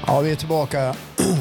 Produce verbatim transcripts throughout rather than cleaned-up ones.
Ja, vi är tillbaka.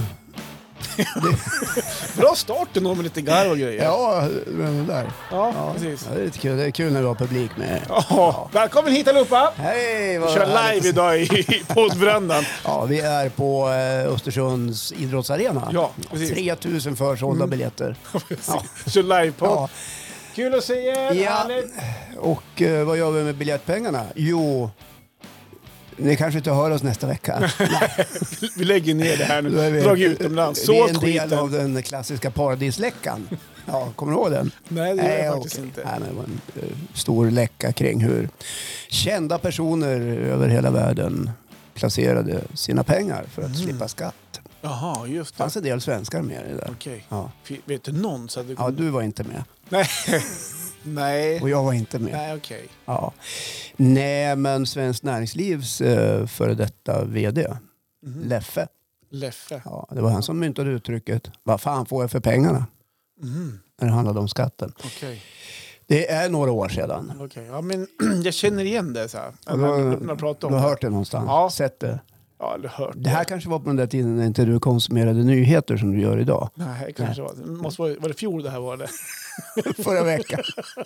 Bra start ändå med lite garv och grejer. Ja, men där. Ja, Ja, precis. ja, det är lite kul. Det är kul när vi har publik med. Ja. Ja. Välkommen hit allihopa! Hej! Vi kör live idag i poddbrändan. Ja, vi är på eh, Östersunds idrottsarena. Ja, precis. tre tusen försålda mm. biljetter. Ja. Kör live-podd. Ja. Kul att se er. Ja. Härligt. Och eh, vad gör vi med biljettpengarna? Jo... Ni kanske inte hör oss nästa vecka. Vi lägger ner det här nu. Vi, Drag utomlands. Så vi är en skiten. del av den klassiska paradisläckan. Ja, kommer du ihåg den? Nej, det gör jag faktiskt okay. inte. Nej, men det var en uh, stor läcka kring hur kända personer över hela världen placerade sina pengar för att mm. slippa skatt. Jaha, just det. Det fanns en del svenskar med i det där. Okej. Ja. Vet du någon? Så att du kom... Ja, du var inte med. Nej. Nej. Och jag var inte med. Nej, okej. Okay. Ja. Nej, men Svenskt Näringslivs uh, före detta vd, mm. Leffe. Leffe. Ja, det var han som myntade uttrycket. Vad fan får jag för pengarna? Mm. När det handlade om skatten. Okay. Det är några år sedan. Okej, okay. Ja, men jag känner igen det så här. Ja, du har, du har hört det någonstans? Ja. Sett det? Ja, eller hört det. Det här kanske var på den där tiden när inte du konsumerade nyheter som du gör idag. Nej, kanske Nej. var det. Måste vara, var det fjol det här var det? Förra veckan.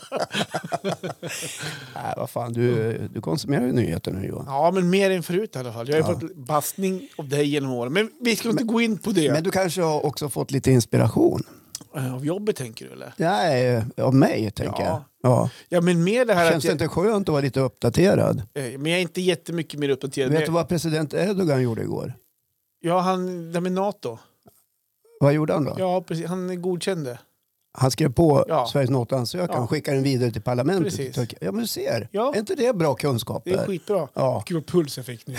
Nej, vad fan, du, du konsumerar ju nyheter nu, Johan. Ja, men mer än förut i alla fall. Jag har ja. fått bastning av dig genom åren. Men vi ska inte men, gå in på det. Men du kanske har också fått lite inspiration. Av jobbet tänker du eller? Nej, av mig tänker ja. jag. Ja. Ja, men med det här känns att jag... det inte skönt att vara lite uppdaterad? Men jag är inte jättemycket mer uppdaterad. Vet men... du vad president Erdogan gjorde igår? Ja, han, det med NATO. Vad gjorde han då? Ja, precis. Han godkände. Han skrev på ja. Sveriges NATO-ansökan och ja. skickade den vidare till parlamentet. Precis. Ja, men du ser. Ja. Är inte det bra kunskap? Det är skitbra. Ja. Gud vad puls jag fick nu.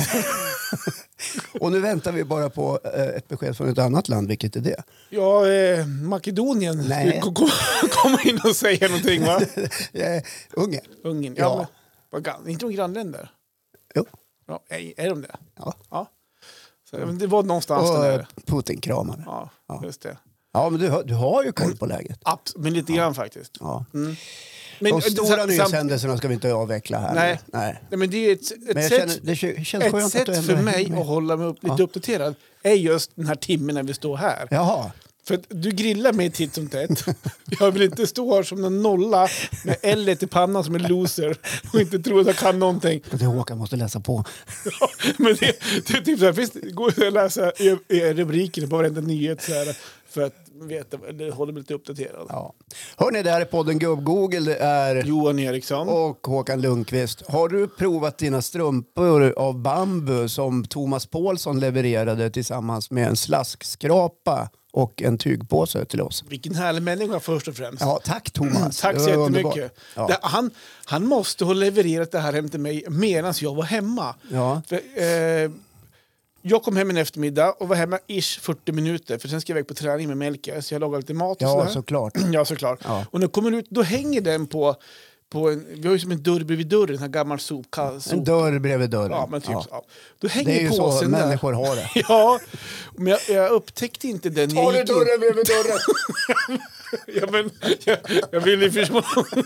Och nu väntar vi bara på eh, ett besked från ett annat land. Vilket är det? Ja, eh, Makedonien. Nej. Kom, kom, kom in och säga någonting, va? ja, Ungern. Ungern. Ja. Ja. Men, inte de grannländer? Jo. Ja, är, är de det? Ja. Ja. Så, men det var någonstans och där. Putin kramade. Ja, ja, just det. Ja, men du, du har ju koll på läget. Abs- men lite grann ja. faktiskt. Ja. Mm. Men, de stora nyhetshändelserna ska vi inte avveckla här. Nej, Nej. Nej men det är ett, ett men sätt, känner, det känns ett sätt för mig med. att hålla mig upp, lite ja. uppdaterad är just den här timmen när vi står här. Jaha. För att du grillar mig titt som tätt. Jag vill inte stå här som en nolla med L i pannan som en loser och inte tro att jag kan någonting. Det Håkan måste läsa på. Ja, men det, det är typ så här, finns det går att läsa i, i rubrikerna på varenda nyhet så här, för att veta, eller hålla mig lite uppdaterad. Ja. Hörrni, det här är podden Gubb-Google. Det är Johan Eriksson och Håkan Lundqvist. Har du provat dina strumpor av bambu som Thomas Paulsson levererade tillsammans med en slaskskrapa och en tygpåse till oss? Vilken härlig människa först och främst. Ja, tack Thomas. Tack så jättemycket. Ja. Det, han, han måste ha levererat det här hem till mig medan jag var hemma. Ja. För, eh, jag kom hem en eftermiddag och var hemma ish fyrtio minuter. För sen ska jag iväg på träning med Melker. Så jag lagade lite mat och ja, sådär. såklart. Ja, såklart. Ja. Och när jag kommer ut, då hänger den på... På en, vi har ju som en dörr bredvid dörren, en här gammal sop, sop. En dörr bredvid dörren. Ja, men typ ja. så. Ja. Då hänger det är ju så där. människor har det. Ja, men jag, jag upptäckte inte den. Tar du dörren bredvid dörren? ja, men jag, jag vill ju förstå.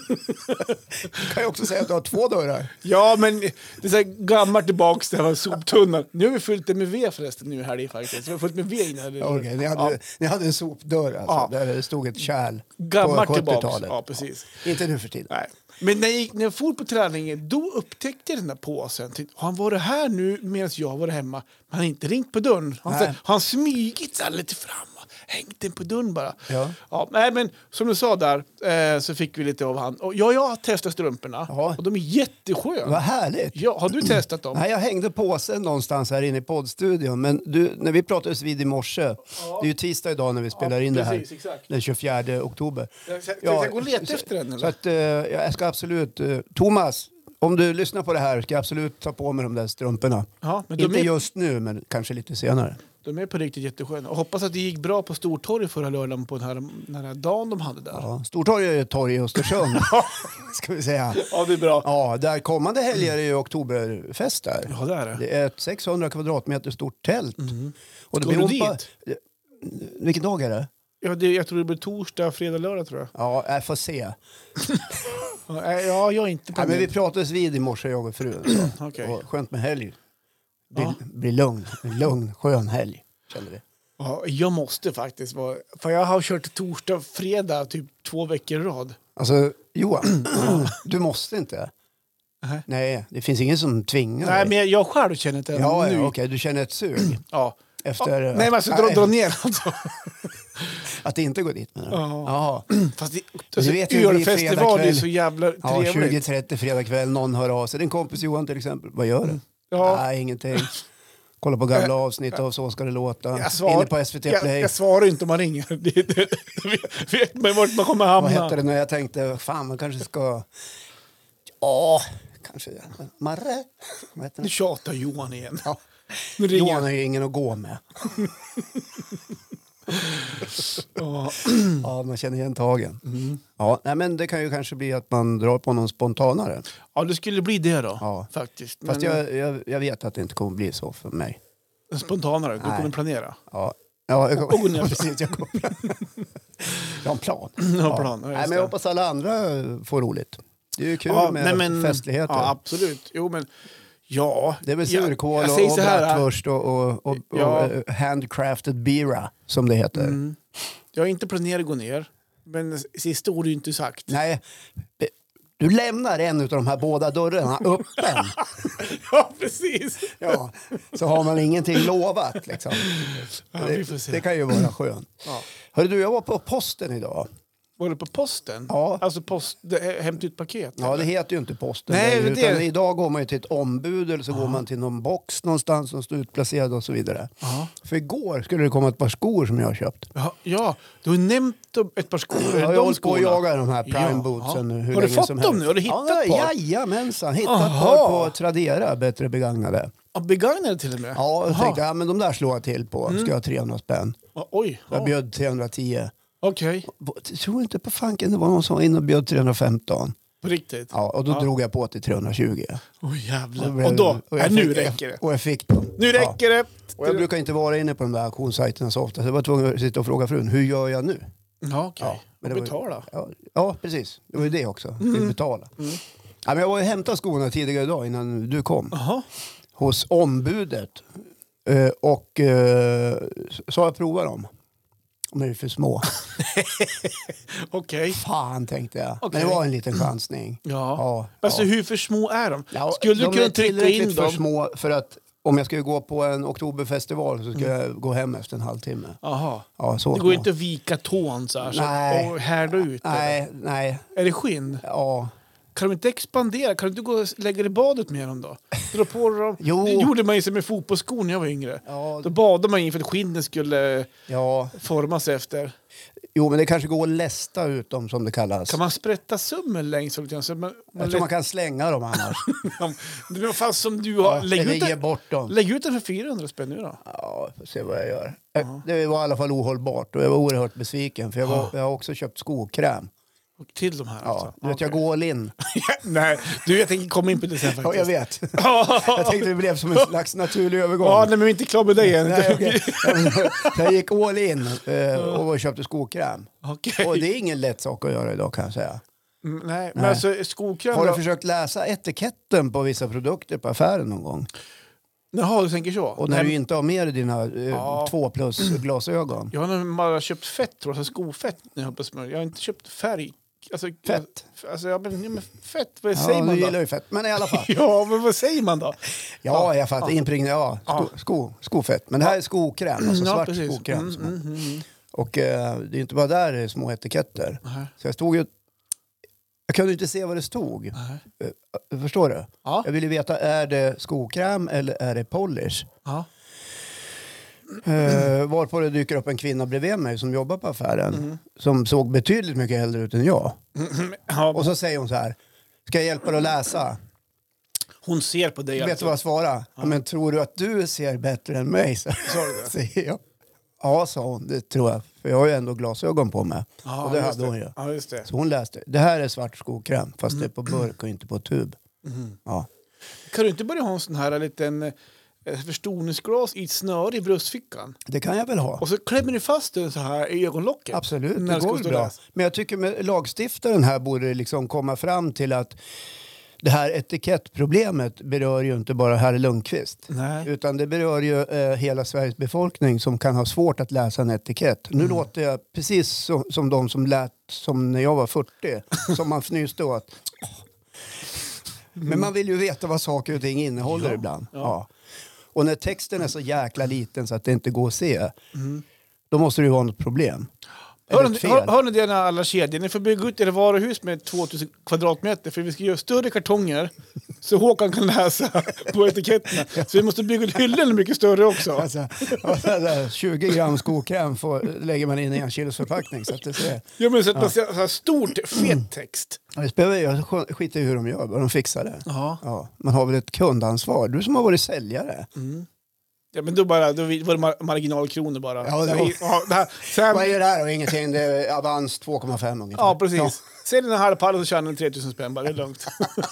Du kan ju också säga att du har två dörrar. Ja, men det är så här gammalt tillbaks det här soptunnan. Nu har vi fyllt det med ved förresten nu här i faktiskt. Vi har fyllt med ved innan. Okej, okay, ni, hade, ja. ni hade en sopdörr alltså, ja. Där det stod ett kärl gammalt på tillbaks. Ja, precis. Ja. Inte nu för tiden. Nej. Men när jag, gick, när jag for på träningen, då upptäckte jag den där påsen. Har han varit här nu medan jag var hemma? Men han har inte ringt på dörren. Han har han smygit så lite fram och hängt den på dörren bara. Ja. Ja, nej, men som du sa där eh, så fick vi lite av han. Och ja, jag har testat strumporna. Ja. Och de är jättesköna. Vad härligt. Ja, har du testat dem? Nej, jag hängde påsen någonstans här inne i poddstudion. Men du, när vi pratades vid i morse. Ja. Det är ju tisdag idag när vi spelar ja, in precis, det här. Exakt. Den tjugofjärde oktober. Jag, ska ja, jag gå och leta efter den? Eller? Så att, eh, jag ska absolut... Eh, Thomas, om du lyssnar på det här ska jag absolut ta på mig de där strumporna. Ja, men inte är, just nu, men kanske lite senare. De är på riktigt jättesköna. Och hoppas att det gick bra på Stortorget förra lördagen på den här, den här dagen de hade där. Ja, Stortorget är ett torg i Östersund, ska vi säga. Ja, det är bra. Ja, där kommande helger är ju oktoberfest där. Ja, det är det. Det är ett sexhundra kvadratmeter stort tält. Mm. Och Ska du dit? Vilken dag är det? Ja, det, jag tror det blir torsdag, fredag, lördag tror jag. Ja, jag får se. ja, jag är inte på ja, men vi pratades vid i morse, jag och frun. Okay. Och skönt med helg. bli, Ja. bli lugn. En lugn, skön helg, kände vi. Ja, jag måste faktiskt vara... För jag har kört torsdag, fredag, typ två veckor i rad. Alltså, Johan, du måste inte. Nej. Nej, det finns ingen som tvingar Nej, dig. men jag själv känner inte Ja, nu. ja okej, du känner ett sug. Ja. Efter Ja, nej, men alltså dra, nej, dra ner alltså. att inte gå dit med det. Ja. Jaha. Fast det, Du alltså, vet ju, det blir fredag ölfestival är kväll. så jävla Ja, trevligt. tjugo trettio fredag kväll, någon hör av sig. Din kompis Johan till exempel, vad gör du? Ja. Nej, ingenting. Kolla på gamla avsnitt av Så ska det låta. Jag svar, Inne på S V T Play. jag, jag svarar inte om man ringer. Det, det, det, vet man vart man kommer hamna. Vad hette det när jag tänkte, fan man kanske ska... Ja, kanske... Marre? Vad heter Nu det? tjatar Johan igen. Ja. Nu ringer Johan har ju ingen att gå med. Ja. Ja, man känner igen tagen. Mm. Ja, nej, men det kan ju kanske bli att man drar på någon spontanare. ja, det skulle bli det då. Ja. Faktiskt. Fast Men, jag, jag, jag vet att det inte kommer bli så för mig. spontanare, du Nej. kommer planera. Ja, ja jag Och gå kommer... ner. Precis, jag kommer... Jag har en plan. Ja, plan. Ja, Nej, just men jag det. hoppas alla andra får roligt. Det är ju kul Ja, med nej, men- festligheter. Ja, absolut. Jo, men... Ja. Det är väl jag- surkål jag och, säger och så här, bratwurst och, och, och, Ja. och eh, handcrafted bira, som det heter. Mm. Jag har inte planerat att gå ner. Men sista ordet är ju inte sagt. Nej, du lämnar en av de här båda dörrarna öppen. Ja, precis. Ja, så har man ingenting lovat. Liksom. Ja, vi får Det, se. det kan ju vara skönt. Ja. Hörru du, jag var på posten idag. Var det på posten? Ja. Alltså post, det, är- hämta ut paket? Ja, eller? det heter ju inte posten Nej, längre, men det- utan idag går man ju till ett ombud eller så går man till någon box någonstans som står utplacerad och så vidare. Ja. För igår skulle det komma ett par skor som jag har köpt. Ja, ja, du har nämnt ett par skor. Är det Jag har de hållit på att skorna? jaga de här prime Ja, bootsen ja. nu hur Har du länge fått som dem helst. nu? Har du hittat ja, ett par? Jajamensan, hittat ett Aha. par på Tradera, bättre begagnade. Ja, begagnade till och med? Ja, jag Jaha. tänkte, ja men de där slår jag till på. Ska jag ha trehundra spänn. Ja, oj. Jag Ja. bjöd trehundratio. Okej, Jag tror inte på fanken det var någon som var inne och bjöd trehundrafemton. på riktigt? Ja, och då Ja. drog jag på till trehundratjugo. Oj, jävlar. Och Och då? och Nej, jag nu fick- räcker det. Och jag fick dem. Nu Ja. räcker det. Och jag brukar inte vara inne på de där auktionssajterna så ofta. Så jag var tvungen att sitta och fråga frun, hur gör jag nu? Ja, okej. Ja, men Och det var ju- betala. Ja, ja precis. Det var ju det också. Mm. Att betala. Ja, men jag var ju hämtat skorna tidigare idag innan du kom. Jaha. Hos ombudet. Eh, och eh, så har jag provat dem. De är ju för små. Okej. Fan tänkte jag. Okej. Men det var en liten chansning. Ja. Ja, Alltså ja. hur för små är de? Ja, Skulle du de kunna är trycka tillräckligt in för dem? små för att om jag skulle gå på en oktoberfestival så skulle Mm. jag gå hem efter en halvtimme. Jaha. Ja, så Det små. går inte att vika tån så här så Nej. och härda ut. eller? Nej, nej. Är det skinn? Ja. Kan de inte expandera? Kan du inte gå och lägga dig i badet med dem då? Dra på dem. Jo. Det gjorde man ju med fotbollsskor när jag var yngre. Ja, Då badade man in för att skinnen skulle ja. formas efter. Jo, men det kanske går att lästa ut dem som det kallas. Kan man sprätta sömmen längs? och Så man, man Jag tror man kan slänga dem annars. Det var fan som du har. Ja, lägg, eller ut ge den, bort dem. lägg ut den för fyrahundra spänn nu då. Ja, får se vad jag gör. Eh, Det var i alla fall ohållbart och jag var oerhört besviken för jag, var, jag har också köpt skokräm. Och till de här Ja, alltså. du vet, jag Okej. går all in. Nej, du jag tänker komma in på det sen Ja, faktiskt. jag vet. Ja, Jag tänkte det blev som en slags naturlig övergång. ja, nej, men vi är inte klara med det än. Nej, okej. Så jag gick all in eh, och köpte skokräm. Okej. Och det är ingen lätt sak att göra idag kan jag säga. Mm, Nej, men Nej. alltså skokräm Har du då? försökt läsa etiketten på vissa produkter på affären någon gång? Jaha, du tänker så? Och när Nej, du inte har med dig dina eh, Ja. två plus glasögon. Jag har bara köpt fett, tror jag, alltså skofett när jag har på smör. Jag har inte köpt färg. Alltså, Fett? Alltså, ja, men, ja, men fett, vad Ja, säger du man då? gillar ju fett. Men i alla fall. Ja, men vad säger man då? Ja, jag fattar. Impregna, ja. Sko, sko, skofett. Men det här är skokräm, alltså Ja, svart precis. skokräm. Mm, som- mm, mm, mm. Och eh, det är inte bara där det är små etiketter. Nej. Så jag stod ju... Jag kunde inte se vad det stod. Nej. Eh, Förstår du? Ja. Jag ville veta, är det skokräm eller är det polish? Ja. Uh, varpå det dyker upp en kvinna bredvid mig som jobbar på affären. Mm. Som såg betydligt mycket äldre ut än jag. Ja, Och så säger hon så här. Ska jag hjälpa dig att läsa? hon ser på dig Vet alltså. du vad jag svarade? Ja. Men tror du att du ser bättre än mig? Så, Sa du det? säger jag. Ja, sa hon. Det tror jag. För jag har ju ändå glasögon på mig. Ja, och det just hade hon ju. Ja, just det. Så hon läste. Det här är svart skokräm. Fast det är på burk och inte på tub. Mm. Ja. Kan du inte börja ha en sån här liten eh, förstoringsglas i ett snöre i bröstfickan? Det kan jag väl ha. Och så klämmer du fast den så här i ögonlocket. Absolut, När det ska går stå bra. läs. Men jag tycker med lagstiftaren här borde liksom komma fram till att det här etikettproblemet berör ju inte bara herr Lundqvist. Nej. Utan det berör ju eh, hela Sveriges befolkning som kan ha svårt att läsa en etikett. Nu mm. låter jag precis så, som de som lät som när jag var fyrtio. Som man fnyste åt. Mm. Men man vill ju veta vad saker och ting innehåller ja. ibland. Ja. Ja. Och när texten är så jäkla liten så att det inte går att se. Mm. Då måste det ju vara något problem. Hör ni, hör, hör ni det när alla kedjor? Ni får bygga ut era varuhus med tvåtusen kvadratmeter för vi ska göra större kartonger så Håkan kan läsa på etiketterna. Så vi måste bygga ut hyllorna mycket större också. Alltså, alltså, tjugo gram skokräm får, lägger man in i en kilos förpackning. Så att det ser, ja, men så att ja. man ser så här stort, fet text. Ja, det spelar jag skiter i hur de gör, vad de fixar det. Ja, man har väl ett kundansvar. Du som har varit säljare. Mm. Ja, men då, bara, då var det mar- marginalkronor bara. Ja, det var, ja, det här, sen, vad är det här och ingenting? Det är Avans två komma fem ungefär. Ja, precis. Ja. Sen den här pallen så tjänar den tretusen spänn bara, det är lugnt.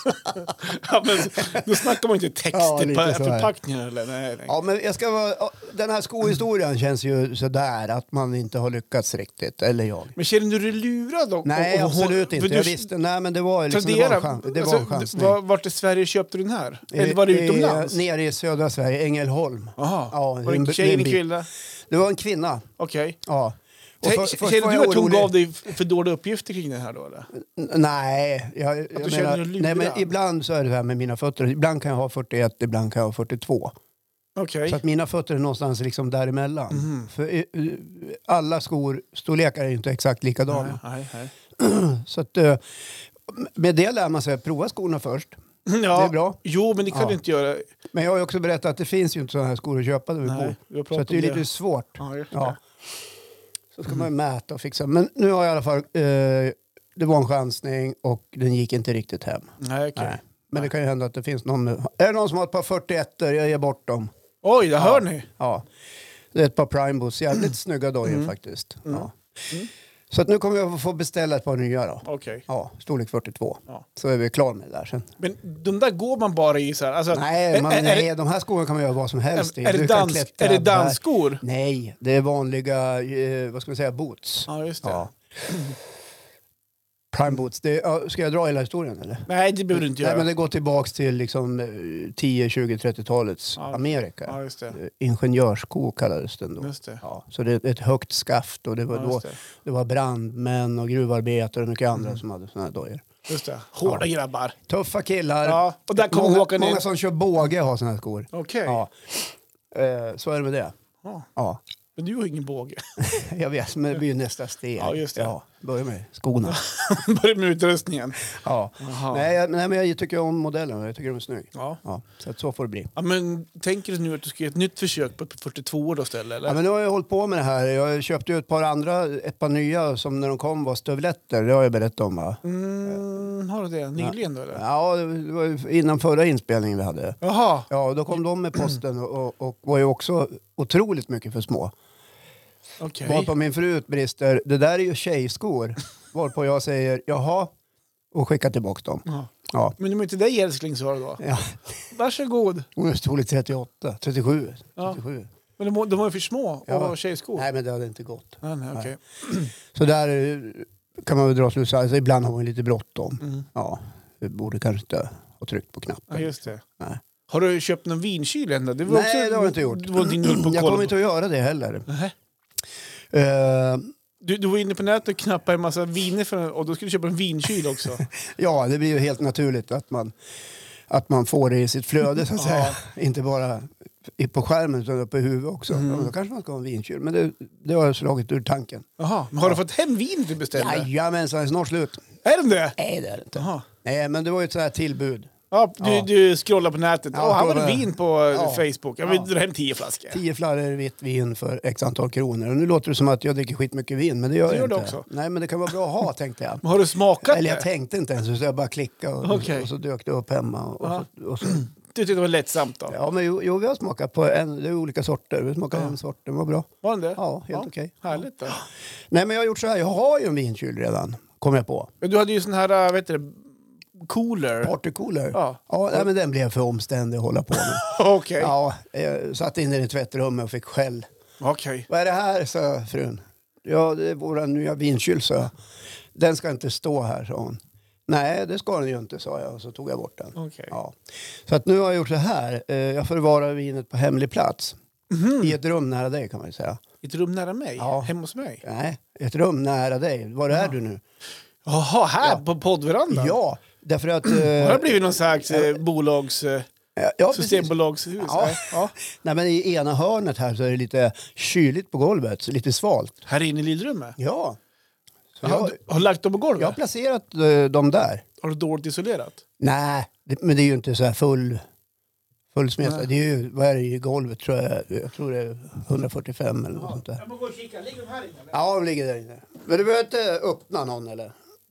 Ja, men då snackar man inte text ja, på förpackningar eller nej, nej. Ja, men jag ska vara, den här skohistorien känns ju sådär att man inte har lyckats riktigt, eller jag. Men känner du dig lurad då? Nej, och, och, absolut inte. Jag visste, nej men det var liksom det var en chans, det var en chansning. Var, vart i Sverige köpte du den här? Eller var det utomlands? E, nere i södra Sverige, Ängelholm. Aha. Ja, var det en tjej eller kvinna? Det var en kvinna. Okej. Okay. Ja. Känner du att hon gav dig för dåliga uppgifter kring det här då? Eller? N- nej, jag, jag du menar, nej, men ibland så är det här med mina fötter. Ibland kan jag ha fyrtioett, ibland kan jag ha fyrtiotvå. Okay. Så att mina fötter är någonstans liksom däremellan. Mm. För uh, alla skor, storlekar är ju inte exakt likadana. Nej, nej, nej. Så att uh, med det lär man sig att prova skorna först. Ja, det är bra. Jo, men det kan ja. du inte göra. Men jag har ju också berättat att det finns ju inte sådana här skor att köpa där vi nej, bor. Så att det är lite det. svårt. Ja, ja. Så ska man ju mäta och fixa. Men nu har jag i alla fall, eh, det var en chansning och den gick inte riktigt hem. Nej, okay. Nej. Men det kan ju hända att det finns någon. Är det någon som har ett par fyrtioettor? Jag ger bort dem. Oj, det ja. hör ni. Ja, det är ett par Primeboots. Jävligt snygga dojor mm. faktiskt. Mm. Ja. Mm. Så att nu kommer jag få beställa ett par nya då. Okay. Ja, storlek fyrtiotvå. Ja. Så är vi klara med det där sen. Men de där går man bara i så här? Alltså, nej, man, är, nej är, de här skorna kan man göra vad som helst är, i. Är det, dans, är det dansskor? Nej, det är vanliga, eh, vad ska man säga, boots. Ja, just det. Ja. Prime boots. Det, uh, ska jag dra hela historien eller? Nej, det behöver du inte göra. Nej, men det går tillbaks till liksom tio, tjugo, trettiotalets ja. Amerika. Ja, just det. Ingenjörssko kallades den då. Just det. Ja, så det är ett högt skaft och det var, ja, då, det. det var brandmän och gruvarbetare och mycket andra mm. som hade såna här dojor. Just det. Hårda ja. grabbar. Tuffa killar. Ja, och där kommer många, Håkan in. Många som kör båge har såna här skor. Okej. Okay. Ja. Eh, så är det med det. Ja. Ja. Men du har ingen båge. Jag vet, men det blir ju nästa steg. Ja, just det. Ja, börja med skorna. Börja med utrustningen. Ja. Nej, jag, nej, men jag tycker om modellen. Jag tycker de är snygg. Ja. Ja, så att så får det bli. Ja, men tänker du nu att du ska göra ett nytt försök på fyrtiotvå år då istället? Eller? Ja, men nu har jag hållit på med det här. Jag köpte ju ett par andra, ett par nya som när de kom var stövletter. Det har jag berättat om, va? Mm, har du det? Nyligen då, eller? Ja, det var innan förra inspelningen vi hade. Jaha. Ja, då kom de med posten och, och, och var ju också otroligt mycket för små. Okay. Varpå min fru utbrister, det där är ju tjejskor. Varpå jag säger, jaha, och skickar tillbaka dem. Ja. Ja. Men de är inte dig älsklingsvar då? Ja. Varsågod. Hon är storlek trettioåtta, trettiosju. Ja. trettiosju. Men de, de var ju för små och ja. var tjejskor. Nej, men det hade inte gått. Ah, nej, okay. nej. Så där kan man väl dra slutsatser. Alltså, ibland har man lite bråttom. Mm. Ja, vi borde kanske inte ha tryckt på knappen. Ja, just det. Nej. Har du köpt någon vinkyl ändå? Det var nej, också, det har jag inte gjort. Det var din på jag kommer inte att göra det heller. Nej. Uh, du, du var inne på nätet och knappade en massa viner för, och då skulle du köpa en vinkyl också. Ja, det blir ju helt naturligt att man, att man får det i sitt flöde så att säga. Inte bara på skärmen utan uppe i huvudet också. Mm. Ja, då kanske man ska ha en vinkyl. Men det, det har jag slagit ur tanken. Jaha, men har ja. du fått hem vin du beställde? Jajamensan, det är snart slut. Är det det? Nej, det är det inte. Aha. Nej, men det var ju ett sånt här tillbud. Ja, du, ja. du scrollar på nätet. Ja, oh, här var det vin på ja. Facebook. Jag vill ja. dra hem tio flaskor. Tio flaskor vitt vin för x antal kronor. Och nu låter det som att jag dricker skitmycket vin, men det gör det jag gör inte. Det också. Nej, men det kan vara bra att ha, tänkte jag. Men har du smakat Eller jag det? tänkte inte ens, så jag bara klickade och, okay. och så dök det upp hemma. Och, och så, och så. Du tyckte det var lättsamt då? Ja, men jo, jo vi har smakat på en, det är olika sorter. Vi smakade ja. en sort, den var bra. Var den det? Ja, helt ja. okej. Härligt då. Nej, men jag har gjort så här, jag har ju en vinkyl redan, kom jag på. Men du hade ju sån här, vet du, cooler. Partycooler. Ja. Ja, nej, men den blev för omständig att hålla på med. Okej. Okay. Ja, jag satt in i tvättrummet och fick skäll. Okej. Okay. Vad är det här, sa frun. Ja, det är vår nya vinkyl, så den ska inte stå här, sa hon. Nej, det ska den ju inte, sa jag. Och så tog jag bort den. Okay. Ja. Så att nu har jag gjort så här. Eh, jag förvarar vinet på hemlig plats. Mm. I ett rum nära dig kan man ju säga. I ett rum nära mig? Ja. Hemma hos mig? Nej, ett rum nära dig. Var ja. är du nu? Jaha, här ja. På poddverandan? Ja, därför att... Eh, det har blivit någon slags eh, bolags... Eh, ja, Systembolagshus. Ja. Ja. Nej, men i ena hörnet här så är det lite kyligt på golvet. Så lite svalt. Här inne i lillrummet? Ja. Så jag, jag, har du lagt dem på golvet? Jag har placerat uh, dem där. Har du dåligt isolerat? Nej, det, men det är ju inte så här full... Fullsmetat. Det är ju, vad är det i golvet tror jag? Jag tror det är hundrafyrtiofem eller något sånt där. Jag må gå och kika. Ligger de här inne? Eller? Ja, de ligger där inne. Men du behöver inte öppna någon eller?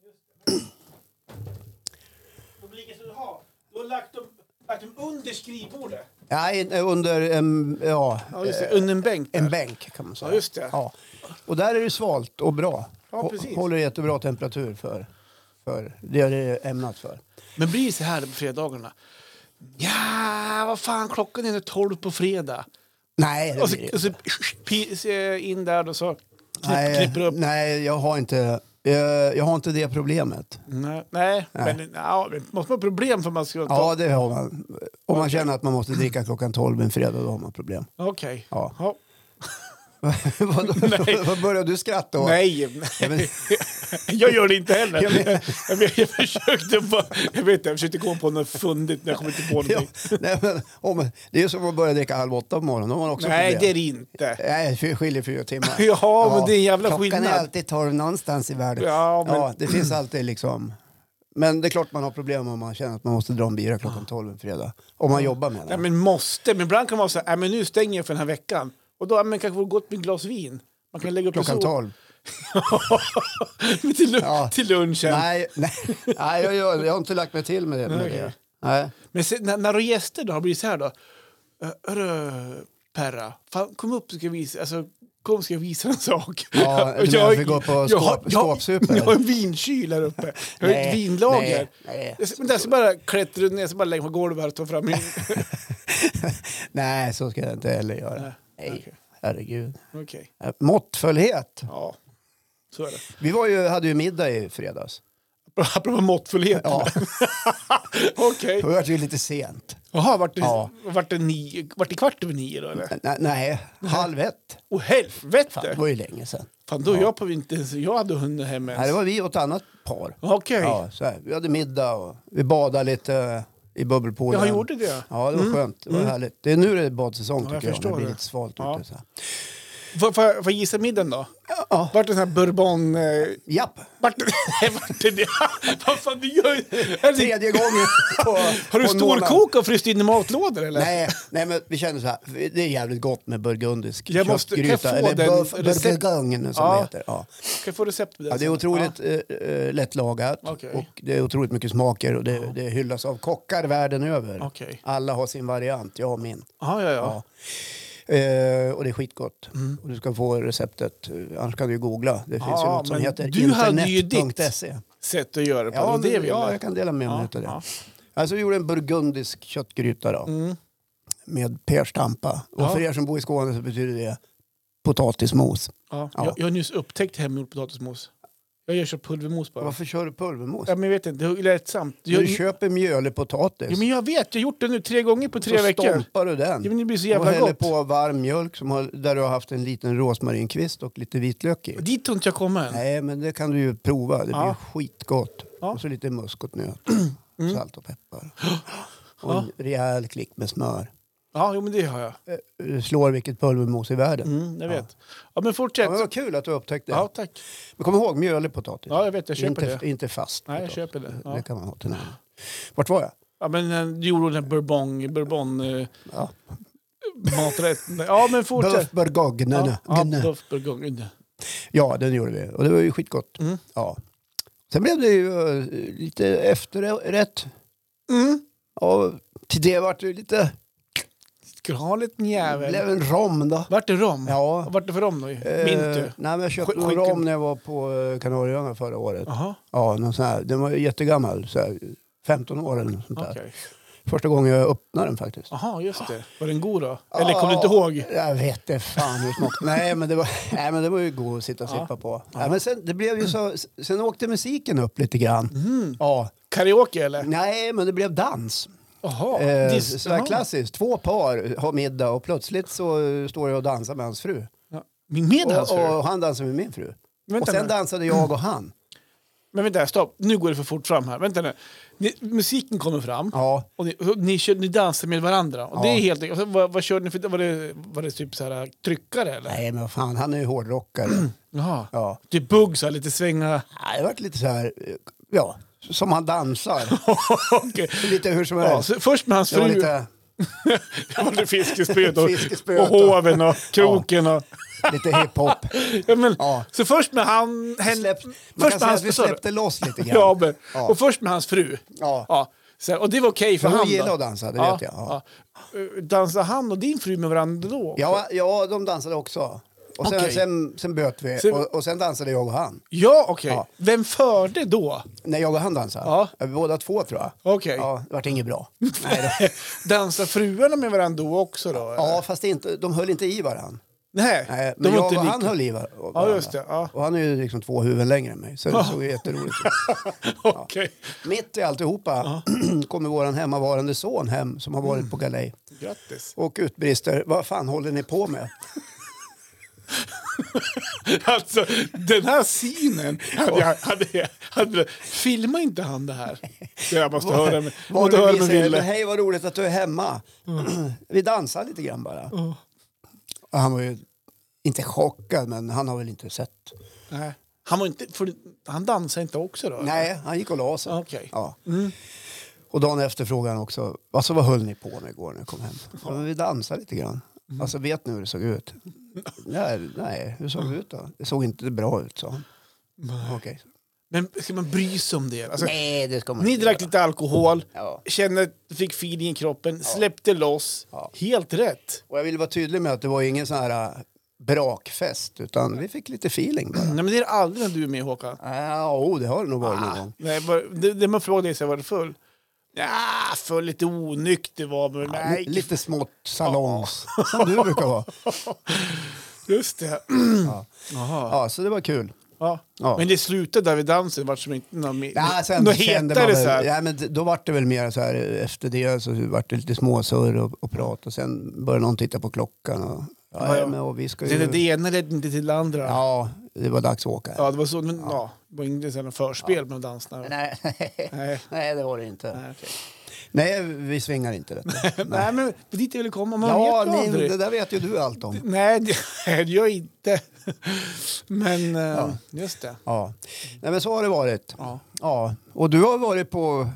De ligger så du har. Du har lagt dem, lagt dem under skrivbordet. Nej, under en, ja, ja just det, under en bänk där. En bänk kan man säga. Ja, just det. Ja. Och där är det svalt och bra. Ja, precis. Håller jättebra temperatur för, för det är det ämnat för. Men blir det så här på fredagarna? Ja, vad fan, klockan är nu tolv på fredag. Nej, det och så, blir och så pis in där och så knipp, nej, knipper upp. Nej, jag har inte jag, jag har inte det problemet. Nej, nej, nej. Men ja, måste man ha problem för man ska ta... Ja, det har man. Om okay. man känner att man måste dricka klockan tolv en fredag, då har man problem. Okej. Okay. Ja. Ja. vad, vad börjar du skratta åt? Nej, nej. Jag gör det inte heller. Jag, jag, jag försökte bara, jag vet jag försökte gå på något fundigt när jag kom inte på någonting. Ja, nej, men, om, det är som att börja dricka halv åtta på morgonen. Har man också nej, problem. Det är det inte. Nej, det skiljer fyra timmar. Ja, ja, men det är en jävla klockan skillnad. Klockan är alltid tolv någonstans i världen. Ja, men... ja, det finns alltid liksom... Men det är klart man har problem om man känner att man måste dra en bira klockan tolv en fredag. Om man jobbar med det. Nej, men måste. Men ibland kan man säga, nej men nu stänger jag för den här veckan. Och då man kanske får gått med ett glas vin. Man kan lägga upp klockan tolv. till, ja. till lunchen. Nej, nej, nej jag, jag, jag har inte lagt mig till med det. Med okay. det. Nej. Men se, när, när du gäster då har blivit så här då. Hörru, Perra, fan, kom upp så ska jag visa, alltså, kom ska jag visa en sak. Ja, du menar att vi går på skåp, skåpsuper? Jag har en vinkyl här uppe. Jag har nej, ett vinlager. Nej, nej. Men där ska bara klättra ner, så bara lägga på golvet och ta fram min... Nej, så ska jag inte heller göra. Nej, nej. Okay. Herregud. Okay. Måttfullhet. Ja, så är det. Vi var ju, hade ju middag i fredags. Apropå måttfullhet. Ja. Okej. Okay. Det var ju lite sent. Jaha, vart det, ja. vart det, nio, vart det kvart över nio då eller? Nej, nej halv ett. Åh, helvete! Fan, det var ju länge sedan. Fan, då ja. jag på vintern, så jag hade hunnit hem ens. Nej, det var vi och ett annat par. Okej. Okay. Ja, så här, vi hade middag och vi badade lite i bubbelpoolen. Jag gjorde det. Ja, det var mm. skönt. Det var mm. härligt. Det är nu det är badsäsong ja, tycker jag. jag. Det blir lite svalt ja. ute så här. Får jag gissa middagen då? Ja. Vart det sån här bourbon... Eh... Japp. Vart det... Vart det det? Vad fan du gör? Tredje gången på, har du storkokat och fryst in i matlådor eller? Nej, nej, men vi känner så här. Det är jävligt gott med burgundisk jag måste, köttgryta. Kan jag få eller burgagn som ja. det heter. Ja. Kan jag få recept på det? Ja, det är otroligt ja. äh, lättlagat. Okay. Och det är otroligt mycket smaker. Och det, ja. det hyllas av kockar världen över. Okay. Alla har sin variant. Jag har min. Aha, ja, ja. ja. Uh, och det är skitgott. Mm. Och du ska få receptet. Annars kan du ju googla. Det finns ja, ju något som heter du hade ju ditt se. sätt att göra på. Ja, det det ja jag kan dela med mig ja, av det. Ja. Alltså vi gjorde en burgundisk köttgryta då. Mm. Med perstampa. Och ja. för er som bor i Skåne så betyder det potatismos. Ja. Ja. Jag, jag har nyss upptäckt hemgjord potatismos. Jag gör så pulvermos bara. Varför kör du pulvermos? Ja, men jag vet inte, det är lättsamt. Du jag... köper mjölig potatis. Ja, men jag vet, jag har gjort det nu tre gånger på tre så veckor. Så stompar du den. Ja, men det blir så jävla och häller gott. på varm mjölk som har, där du har haft en liten rosmarinkvist och lite vitlök i. Dit har inte jag kommit än. Nej, men det kan du ju prova. Det ja. blir skitgott. Ja. Och så lite muskotnöt. Mm. Salt och peppar. Och en rejäl klick med smör. Ja, jo, men det har jag. Du slår vilket pulvermos i världen. Mm, jag vet. Ja, men fortsätt. Ja, men vad kul att du upptäckte det. Ja, tack. Men kom ihåg, mjölig potatis. Ja, jag vet, jag köper inte, det. Inte fast Nej, jag potatis. köper det. Ja. Det kan man ha till namn. Vart var jag? Ja, men du gjorde den bourbon, bourbon eh, ja. maträtt. Ja, men fortsätt. Böf bourgogne. Ja, ja, böf bourgogne. Ja, den gjorde vi. Och det var ju skitgott. Mm. Ja. Sen blev det ju uh, lite efterrätt. Mm. Och till det var det lite... Skulle ha lite njävel. Det blev en rom då. Vart det rom? Ja. Vart det för rom då? Mint uh, du? Nej, men jag köpte en rom när jag var på uh, Kanarieöarna förra året. Aha. Ja, någon sån här. Den var jättegammal. Så här, femton år eller något sånt där. Okay. Första gången jag öppnade den faktiskt. Jaha, just det. Var den god då? Eller kommer du inte ihåg? Jag vet inte fan hur smak. nej, men det var, nej, men det var ju god att sitta och sippa Ja. på. Ja, men sen, det blev ju så, sen åkte musiken upp lite grann. Mm. Ja. Karaoke eller? Nej, men det blev dans. Jaha. Eh, Dis- så här jaha. klassiskt. Två par har middag och plötsligt så står jag och dansar med hans fru. Ja. Med hans Och, fru? och han dansar med min fru. Vänta och sen nu. dansade jag och han. Men vänta, stopp. Nu går det för fort fram här. Vänta nu. Ni, musiken kommer fram. Ja. Och ni, ni, kör, ni dansar med varandra. Och Ja. det är helt... Och så, vad, vad körde ni för... Var det, var det typ så här tryckare eller? Nej, men vad fan, han är ju hårdrockare. Jaha. Ja. Typ bugg så här, lite svänga. Nej, det har varit lite så här, eh, ja, som han dansar. Okej. Lite hur som Ja, helst. så först med hans Det var fru. lite, Det var det fiskespöet och, Fiskespöet och hoven och kroken. Och, lite hiphop. ja, men, Ja. Så först med han... Hen, Släpp, man först kan med säga hans att vi fru. släppte loss lite grann. Ja, men, Ja. Och först med hans fru. Ja. Ja. Så, och det var okej för Hon han gillar då? att dansa, det ja, vet jag. Ja. Ja. Eh, Dansade han och din fru med varandra då? Ja, ja, de dansade också. Och sen, Okej. sen, sen böt vi Sen- och, och sen dansade jag och han. Ja, okej. Ja. Vem förde då? När jag och han dansade. Ja. Ja. Båda två tror jag. Okej. Ja, det vart inget bra. Nej, då. Dansar fruarna med varandra då också då? eller? Ja, fast inte, de höll inte i varandra. Nej, Nej, de men var jag inte och lika. han höll i var- varandra. Ja, just det. Ja. Och han är ju liksom två huvuden längre än mig. Så det såg ju jätteroligt ut. Okej. Mitt i alltihopa kommer våran hemmavarande son hem som har varit på galej. Grattis. Och utbrister, vad fan håller ni på med? Alltså, den här scenen... Hade jag, hade jag, hade, filma inte han det här. Så jag måste höra med, Var måste höra vi med säger, Ville. hej vad roligt att du är hemma. Vi dansar lite grann bara. Och han var ju inte chockad, men han har väl inte sett. Nej. Han, var inte, för, han dansade inte också då? Nej, han gick och la sig. Okej. Ja. Mm. Och dagen efter frågade han också, alltså, vad höll ni på med igår när jag kom hem? Ja, men vi dansade lite grann. Alltså vet ni hur det såg ut? Nej, nej, hur såg det ut då? Det såg inte bra ut, sa han. Okej. Men ska man bry sig om det? Alltså, Nej, det ska man ni inte drack göra. lite alkohol, Ja. kände, fick feeling i kroppen, släppte loss. Ja. Helt rätt. Och jag vill vara tydlig med att det var ingen sån här äh, brakfest, utan vi fick lite feeling bara. Nej, men det är aldrig när du är med, Håkan. Ja, oh, det har det nog varit någon gång. Nej, bara, det, det man frågar dig så var det full? Ja, för lite onykter var men nej. Lite smått salongs, som du brukar vara. Just det. Ja. Jaha. Ja, så det var kul. Ja. Ja. Men det slutade där vid dansen, vart som inte något, mer- Ja, sen något kände hetare man så här. väl, ja, men d- då var det väl mer så här, efter det så var det lite småsurr och, och prat och sen började någon titta på klockan och, ja, Ja, ja. Men, och vi ska Det, ju, det, det ena ledde inte till det andra. Ja, ja, det var dags att åka. det var så, men ja. det var inte sådana förspel med dansarna. Nej, Nej. nej, det var det inte. Nej, okej. Nej, vi svingar inte detta. Nej, men det är dit jag ville komma. Man Ja, vet ju nej, aldrig. det där vet ju du allt om. Nej, det, det gör jag inte. Men eh, just det. Ja, nej, men så har det varit. Ja. Ja, och du har varit på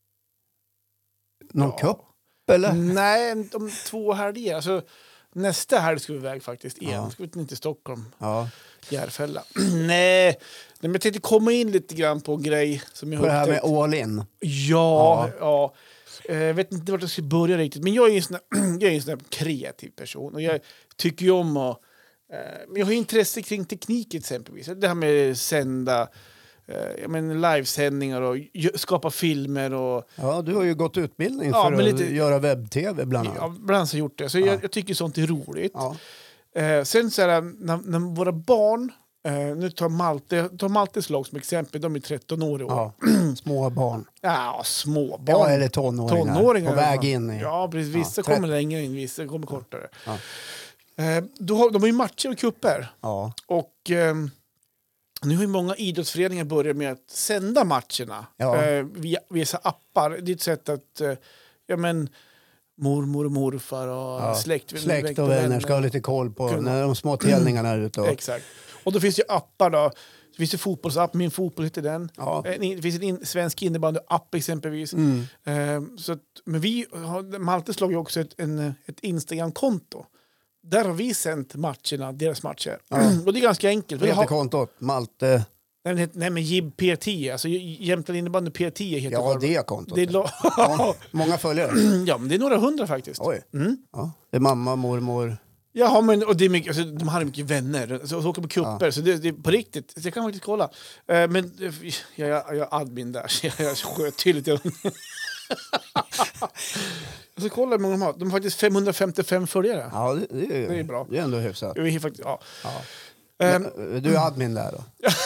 någon Ja. cup, eller? Nej, om två helger. Alltså, nästa helg ska vi iväg faktiskt igen. Ja. Ska vi inte till Stockholm, Ja, Järfälla. Nej, nej, men jag tänkte komma in lite grann på en grej som jag på det här med upptäckt. all in. Ja, ja. Eh, Jag vet inte vart jag ska börja riktigt. Men jag är en sån här, jag är en sån här kreativ person. Och jag tycker ju om att... Eh, men jag har ju intresse kring teknik exempelvis. Det här med sända... Eh, jag menar, livesändningar och gö- skapa filmer och... Ja, du har ju gått utbildning Ja, för men att lite- göra webb-tv bland Ja, annat. bland annat har jag gjort det. Så Ja. jag, jag tycker sånt är roligt. Ja. Eh, sen så här, när, när våra barn... Eh, nu tar Malte, tar Maltes lag som exempel. De är tretton år i år. Ja. Små barn. Ja, små barn. Ja, eller tonåringar. Tonåringar. På väg in i... Ja, precis. Vissa Ja, tret- kommer längre in, vissa kommer kortare. Ja. Eh, då har, de har ju matcher och cuper. Ja. Och ehm, nu har ju många idrottsföreningar börjat med att sända matcherna Ja. eh, via, via så appar. Det är ett sätt att eh, ja, men, mormor och morfar och Ja. släkt, Släkt och vänner ska ha lite koll på Kunna. när de små tävlingarna är ute. Och... Exakt. Och då finns det ju appar då. Det finns ju fotbollsapp, Min fotboll heter den. Ja. Eh, Det finns en in, svensk innebandyapp exempelvis. Mm. Eh, så att, men vi har, Maltes lag ju också ett, en, ett Instagram-konto. Där har vi sänt matcherna, deras matcher. Ja. Och det är ganska enkelt. Vad Vi heter har, kontot? Malte? nej, men heter- nej men J B P R tio, alltså Jämtland innebandy P R tio heter Ja, det. det kontot. Det är, lo- Ja. Många följare. ja, men det är några hundra faktiskt. Oj. Mm. Ja. Det är mamma, mormor. Jaha, men och det är mycket, alltså, de har mycket vänner, så, så åker på kupper, så det, det är på riktigt. Så jag kan faktiskt kolla. Eh, men eh, jag, jag, jag är admin där, så jag, jag sköt till lite. Jag ska kolla hur många de har. De har faktiskt femhundrafemtiofem följare. Ja, det, det, är, Det är bra. Det är ändå hyfsat. Det är faktiskt, ja. Ja. Ehm, Men, du är admin där då?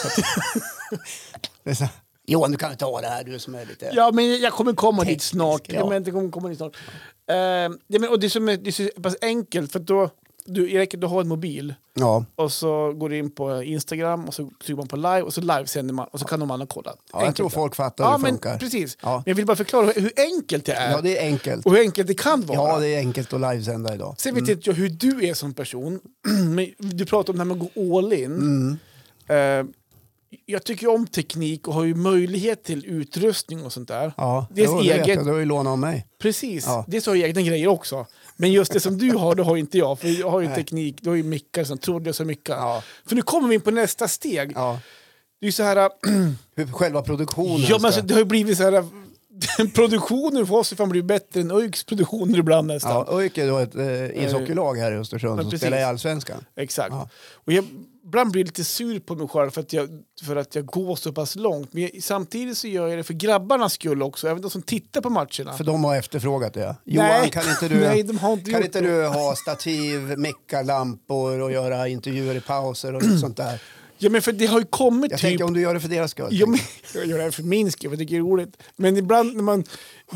Det är så, Johan, du kan inte ta det här, du som är lite... Ja, men jag kommer komma dit Teknisk, snart. ja. Ja. Men jag kommer komma dit snart. Uh, ja, men, och det, som är, det är så pass enkelt, för att då, du, Erik, du har en mobil Ja. och så går du in på Instagram och så trycker man på live och så livesänder man och så kan de andra kolla. Ja, jag Enkelt. tror folk fattar Ja, hur det men funkar. precis. Ja. Men jag vill bara förklara hur, hur enkelt det är Ja, det är enkelt. och hur enkelt det kan vara. Ja, det är enkelt att livesända idag. Sen vet inte jag hur du är som person. Men du pratar om när man går all in. Mm. Uh, jag tycker om teknik och har ju möjlighet till utrustning och sånt där. Ja, Dels jo, det vet eget- jag, du har ju lånat av mig. Precis, Ja. det har jag egna grejer också. Men just det som du har, det har inte jag. För jag har ju Nej. teknik, du har ju mickar som trådlösa mickar. Ja. För nu kommer vi in på nästa steg. Ja. Det är ju så här... Hur själva produktionen Ja, men ska... alltså, det har ju blivit så här... Produktionen för oss har blivit bättre än Öjks produktioner ibland nästan. Ja, Öjk är då ett eh, ishockeylag här i Östersund Ja, som precis. spelar i Allsvenskan. Exakt. Ja. Och jag ibland blir lite sur på mig själv för att, jag, för att jag går så pass långt. Men jag, samtidigt så gör jag det för grabbarnas skull också. Även de som tittar på matcherna. För de har efterfrågat det. Johan, Nej. kan inte du, Nej, de har inte kan gjort inte det. du ha stativ, micka, lampor och göra intervjuer i pauser och sånt där? Ja, men för det har ju kommit Jag typ... tänker om du gör det för deras skull. Ja, men, jag gör det här för min skull, för jag tycker det är roligt. Men ibland när man...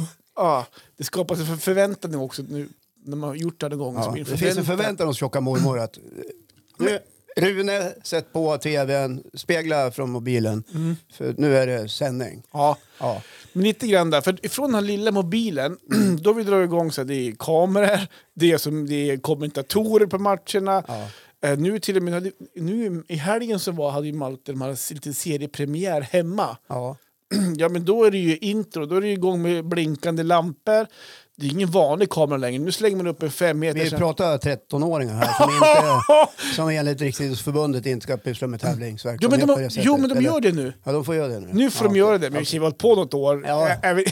Ja, det skapas en förväntan också nu. När man har gjort det en gång. Ja, det finns en förväntan hos tjocka mormor att nu, Rune, sätt på tvn, spegla från mobilen. Mm. För nu är det sändning. Ja, Ja. men lite grann där. För från den här lilla mobilen, då vi drar igång så här, det är kameror, det är, som, det är kommentatorer på matcherna. Ja. Eh, nu till och med, hade- nu i helgen så var, hade ju Malte de här lite seriepremiär hemma. Ja. Ja, men då är det ju intro, då är det igång med blinkande lampor. Det är ingen vanlig kamera längre. Nu slänger man upp en fem meter. Vi sedan- pratar tretton-åringar här som, inte, som enligt Riksidrottsförbundet inte ska pyssla med Jo, tävlingsverksamhet men på de, det sättet. jo, men de eller? gör det nu. Ja, de får göra det nu. Nu får ja, de okej. göra det, men vi har hållit på något år. Ja. Ä- även-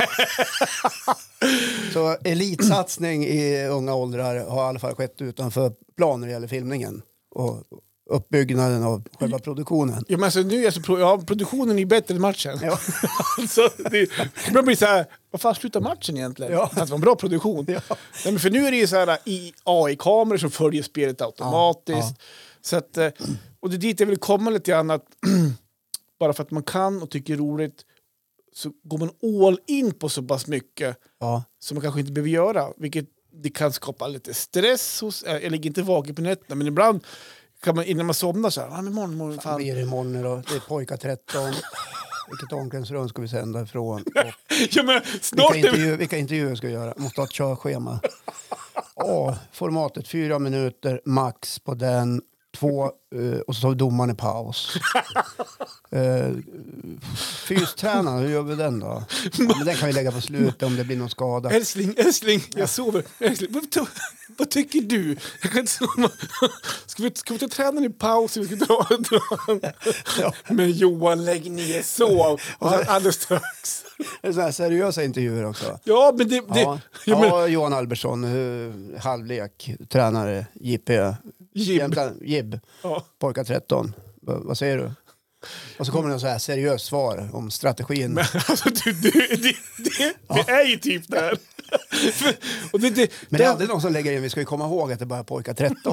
Så elitsatsning i unga åldrar har i alla fall skett utanför planer när det gäller filmningen och uppbyggnaden av själva produktionen. Ja, men alltså, nu är så pro- ja, produktionen är bättre än matchen. Ja. alltså, det, det blir så här, vad fan slutar matchen egentligen? Ja. Att det var en bra produktion. Ja. Nej, men för nu är det ju så här i A I-kameror som följer spelet automatiskt. Ja. Så att, eh, och det är dit jag vill komma lite grann att bara för att man kan och tycker det är roligt så går man all in på så pass mycket Ja. som man kanske inte behöver göra. Vilket det kan skapa lite stress hos, jag ligger inte vaken på nätterna, men ibland kan man innan man somnar så här, ah, men imorgon, imorgon, Fan fan. blir det imorgon då? Det är pojkar tretton. Vilket omklädningsrum ska vi sända ifrån? Och Ja, men snart vilka, är vi... intervju, vilka intervjuer ska vi göra? Måste ha ett körschema. Ja, formatet fyra minuter max på den. Två, eh, och så tar vi domaren i paus. uh, Fystränaren, hur gör vi den då? Ja, men den kan vi lägga på slutet om det blir någon skada. Älskling, älskling, jag sover. Älskling, vad, ty- vad tycker du? Jag kan inte sova. Ska vi, ska vi ta tränaren i paus? Vi ska dra, dra. Ja. Men Johan, lägg ner, sov. Och sen alldeles strax. Det är sådana här seriösa intervjuer också. Ja, men det... det Ja, ja, men, ja, Johan Albertsson, uh, halvlek, tränare, J P. Jib. Jämtland- Jib, Ja. pojkar tretton. Va, vad säger du? Och så kommer det en så här seriös svar om strategin. Men alltså, du, du, det, det, det är ju typ det här. Och det, det, Men det är aldrig någon som lägger in, vi ska ju komma ihåg att det bara är pojkar tretton.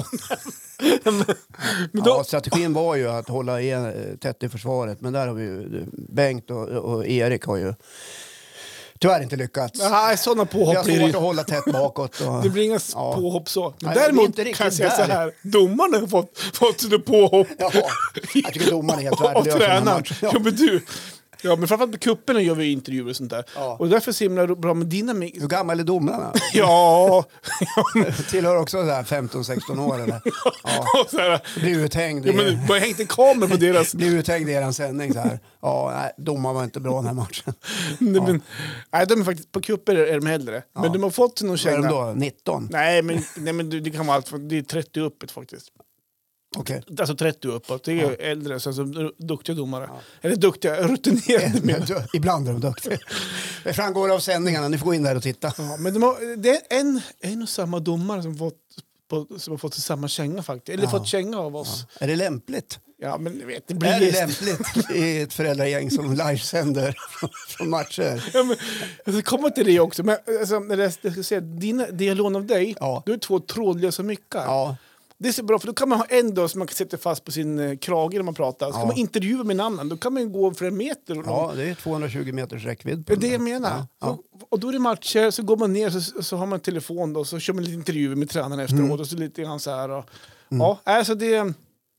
men då, Ja, strategin var ju att hålla en, tätt i försvaret, men där har vi ju, Bengt och, och Erik har ju tyvärr inte lyckats. nej, sådana Vi har påhopp blir svårt det. att hålla tätt bakåt. Och, Det blir inga Ja. påhopp så. Men Nej, vi är däremot inte riktigt kan jag säga så där. här. Domarna har fått, fått sina påhopp. ja, jag tycker domaren är helt Och värdelös. i den här tränaren. matchen. Ja. Ja. men du. Ja, men framförallt på kupperna gör vi intervjuer och sånt där. Ja. Och därför är det så himla bra med dina mix. Hur gammal är domarna? Ja. Tillhör också så här femton sexton år eller? Ja. Och så här, Blir uthängd ja, men i, det bara hängt en kamera på deras... blir uthängd i eran sändning så här. Ja, nej, domaren var inte bra den här matchen. Nej, men, nej, de är faktiskt, på kupper är de äldre. Men Ja. de har fått någon Vad är känga. de då? nitton? Nej, men, nej, men det, det kan vara allt. från- Det är trettio uppåt faktiskt. Okej. Alltså trettio uppåt. Det är äldre, så alltså, duktiga domare. Eller duktiga, rutinerade menar jag. Ibland är de duktiga. Det framgår av sändningarna, ni får gå in där och titta. Ja, men de har, det är en, en och samma domare som, fått, på, som har fått samma känga faktiskt. Eller Ja. fått känga av oss. Är det lämpligt? Ja, men jag vet, det blir är det lämpligt i ett föräldragäng som livesänder från matcher? Ja, men, jag ska komma till det också. Men alltså, när jag ska säga, dina, det jag lånar av dig, Ja. du är två trådlösa mickar. Ja. Det är så bra, för då kan man ha en då som man kan sätta fast på sin eh, krage när man pratar. Så Ja. kan man intervjua med en annan. Då kan man ju gå för en meter. Och Ja, det är tvåhundratjugo meters räckvidd. det är det jag menar. Ja. Ja. Så, och då är det matcher, så går man ner så, så har man en telefon då, så kör man lite intervjuer med tränaren efteråt Mm. och så lite grann så här. Och, ja, alltså det,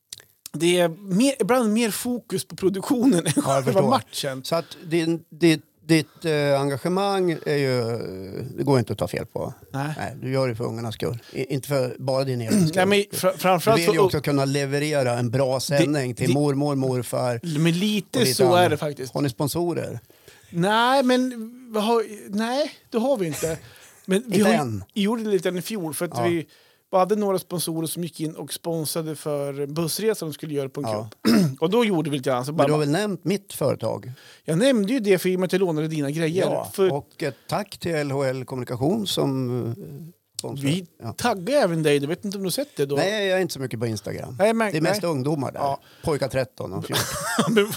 det är mer, ibland mer fokus på produktionen än jag själva förstår. matchen. Så att din, ditt, ditt eh, engagemang är ju, det går inte att ta fel på. Nej. Nej, du gör det för ungarnas skull. I, inte för bara din egen skull. Nej, men fr- Du framförallt vill ju för, också kunna leverera en bra sändning till det- mormor, morfar. men lite och lite så annat. är det faktiskt. Har ni sponsorer? Nej, men vi har, nej, det har vi inte. Men vi Inte har, än. vi gjorde det lite i fjol för att Ja. vi hade några sponsorer som gick in och sponsrade för bussresan de skulle göra på en Ja. cup. Och då gjorde vi lite grann. Så Men bara, du har väl nämnt mitt företag? jag nämnde ju det för i och med att jag lånade dina grejer. Ja, för och ett tack till L H L Kommunikation som eh, sponsrar. vi Ja. taggar även dig, du vet inte om du har sett det då? Nej, jag är inte så mycket på Instagram. Nej, men- det är mest nej. ungdomar där. Ja. Pojkar tretton och fjorton.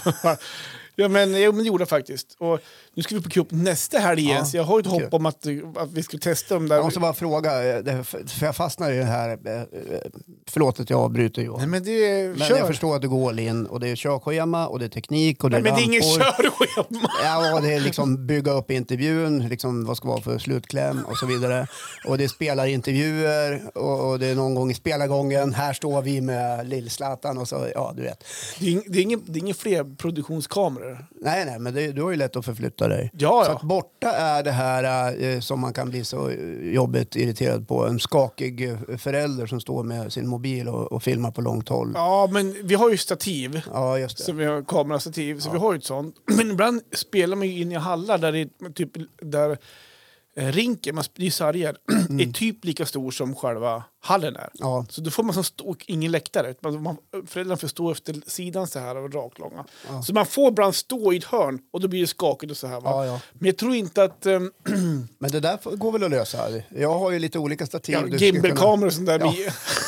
Ja, men, ja, men det gjorde jag faktiskt. Och nu ska vi på cup nästa helg igen, Ja, så jag har ett kul. hopp om att, att vi ska testa dem där. Jag måste bara fråga, eh, det- för jag fastnar i det här, eh, eh, förlåt att jag avbryter Johan. Nej, men det Men kör. jag förstår att du går all in och det är körschema och det är teknik och det Nej, är men det är ingen lampor. körschema. Ja, och det är liksom bygga upp intervjun, liksom vad ska vara för slutkläm och så vidare. Och det är spelarintervjuer och, och det är någon gång i spelargången, här står vi med Lill-Zlatan och så, ja du vet. Det är, ing- det är ingen, det är ingen fler produktionskameror. Nej, nej, men det, du har ju lätt att förflytta dig. Ja, Så ja. att borta är det här eh, som man kan bli så eh, jobbigt irriterad på. En skakig eh, förälder som står med sin mobil och, och filmar på långt håll. Ja, men vi har ju stativ. Ja, just det. Så vi har kamerastativ, så vi har ju ett sånt. Men ibland spelar man ju in i hallar där det är typ där eh, rinken, man det är sarger, är typ lika stor som själva hallen är. Ja. Så då får man som stå, ingen läktare. Man, man, föräldrarna får stå efter sidan så här och raklånga. Så man får ibland stå i ett hörn och då blir det skakigt och så här. Va? Ja, ja. Men jag tror inte att um, Men det där får- går väl att lösa. Jag har ju lite olika stativ. ja, du ska gimbelkameror och sånt där. Ja. Vi,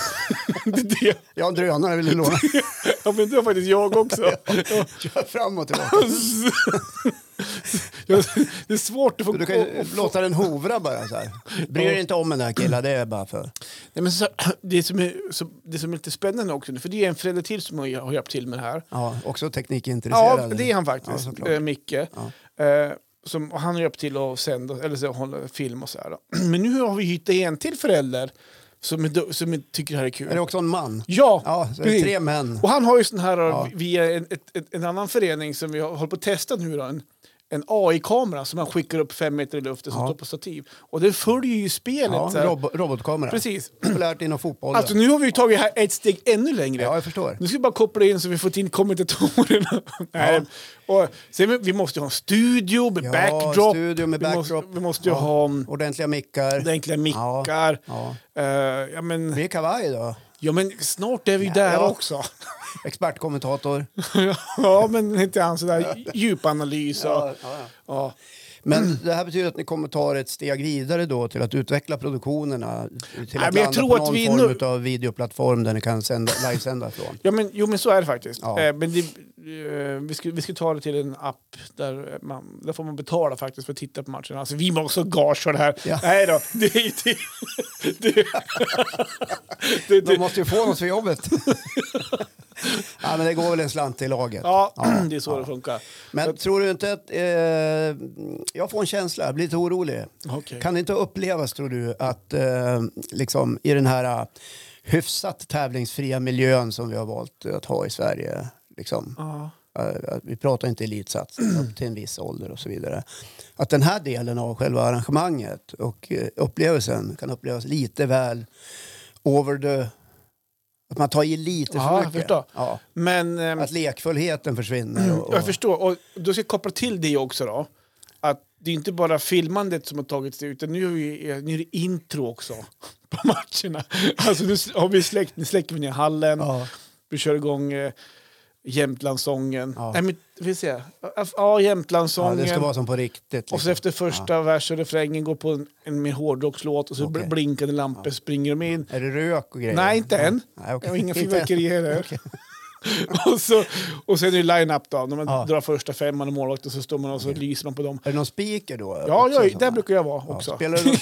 det är det. Ja, en drönare vill du låna. Ja, men det har faktiskt jag också. Kör fram och tillbaka. Ja, det är svårt att få... Du kan ju låta den hovra bara så här. Bryr dig inte om den där killen, det är bara för... Nej, men så, det, som är, så, det som är lite spännande också, för det är en förälder till som har, har hjälpt till med det här. Ja, också teknikintresserad. Ja, det är han Ja, faktiskt, såklart. eh, Micke. Eh, som, och han har hjälpt till att sända, eller så, hålla film och så här. Då. Men nu har vi hittat en till förälder som, är, do- som är, tycker det här är kul. Är det också en man? Ja, Ja, så är det precis. tre män. Och han har ju sån här Ja. via en, ett, ett, en annan förening som vi har hållit på att testa nu då, en, en A I-kamera som man skickar upp fem meter i luften som Ja. står på stativ. Och det följer ju spelet. Ja, så här. rob- robotkamera. Precis. Populärt inom fotboll. Alltså nu har vi ju tagit här ett steg ännu längre. Ja, jag förstår. Nu ska vi bara koppla in så vi får in kommentatorerna. Nej. Och sen, vi måste ju ha en studio med Ja, backdrop. studio med Vi måste, backdrop. vi måste ju Ja. ha um, Ordentliga mickar. ordentliga mickar. Ja. Eh, ja, men, Blir det kavaj då? ja, men snart är vi där ja. också. Expertkommentator. Ja, men inte han sådär djupanalys. Och, Ja, ja, ja. ja. Men det här betyder att ni kommer ta ett steg vidare då till att utveckla produktionerna till Nej, att men jag landa tror på att någon vi form nu- av videoplattform där ni kan sända, livesända från. Ja, men, jo, men så är det faktiskt. Ja. Eh, men det, eh, vi, ska, vi ska ta det till en app där, man, där får man betala faktiskt för att titta på matchen. Alltså, vi måste ha gage för det här. Ja. Nej då, det är det, det, det, De det, måste ju få något för jobbet. Ja, men det går väl en slant till laget. Ja, Ja, det är så det funkar. Men tror du inte att... Eh, jag får en känsla, jag blir lite orolig. Okej. Kan det inte upplevas, tror du, att eh, liksom, i den här uh, hyfsat tävlingsfria miljön som vi har valt att ha i Sverige, liksom, Ja. uh, vi pratar inte elitsats upp till en viss ålder och så vidare, att den här delen av själva arrangemanget och uh, upplevelsen kan upplevas lite väl over the... Att man tar i lite Ja, för jag mycket. förstår. Ja. Men ehm, Att lekfullheten försvinner. Och, och, jag förstår. Och då ska jag koppla till det också då. Att det är inte bara filmandet som har tagits ut, utan nu är, vi, nu är det intro också på matcherna. Alltså nu har vi släckt, nu släcker vi ner hallen. ja. Vi kör igång eh, Jämtlandssången. Ja. Nej, men, vi se. Ja, Jämtlandssången. Ja, det ska vara som på riktigt. Liksom. Och så efter första vers och refrängen går på en, en mer hårdrockslåt och så Okej. bl- blinkande lampor springer de in. Är det rök och grejer? Är inte än. Nej, okej. Jag har inga Inte än. fyrverkerier. Okej. och, så, och sen är det line-up då. När man Ja. drar första femman och målvakten så står man och så okay. lyser man på dem. Är det någon speaker då? Ja, ja där brukar jag vara också. Ja, spelar du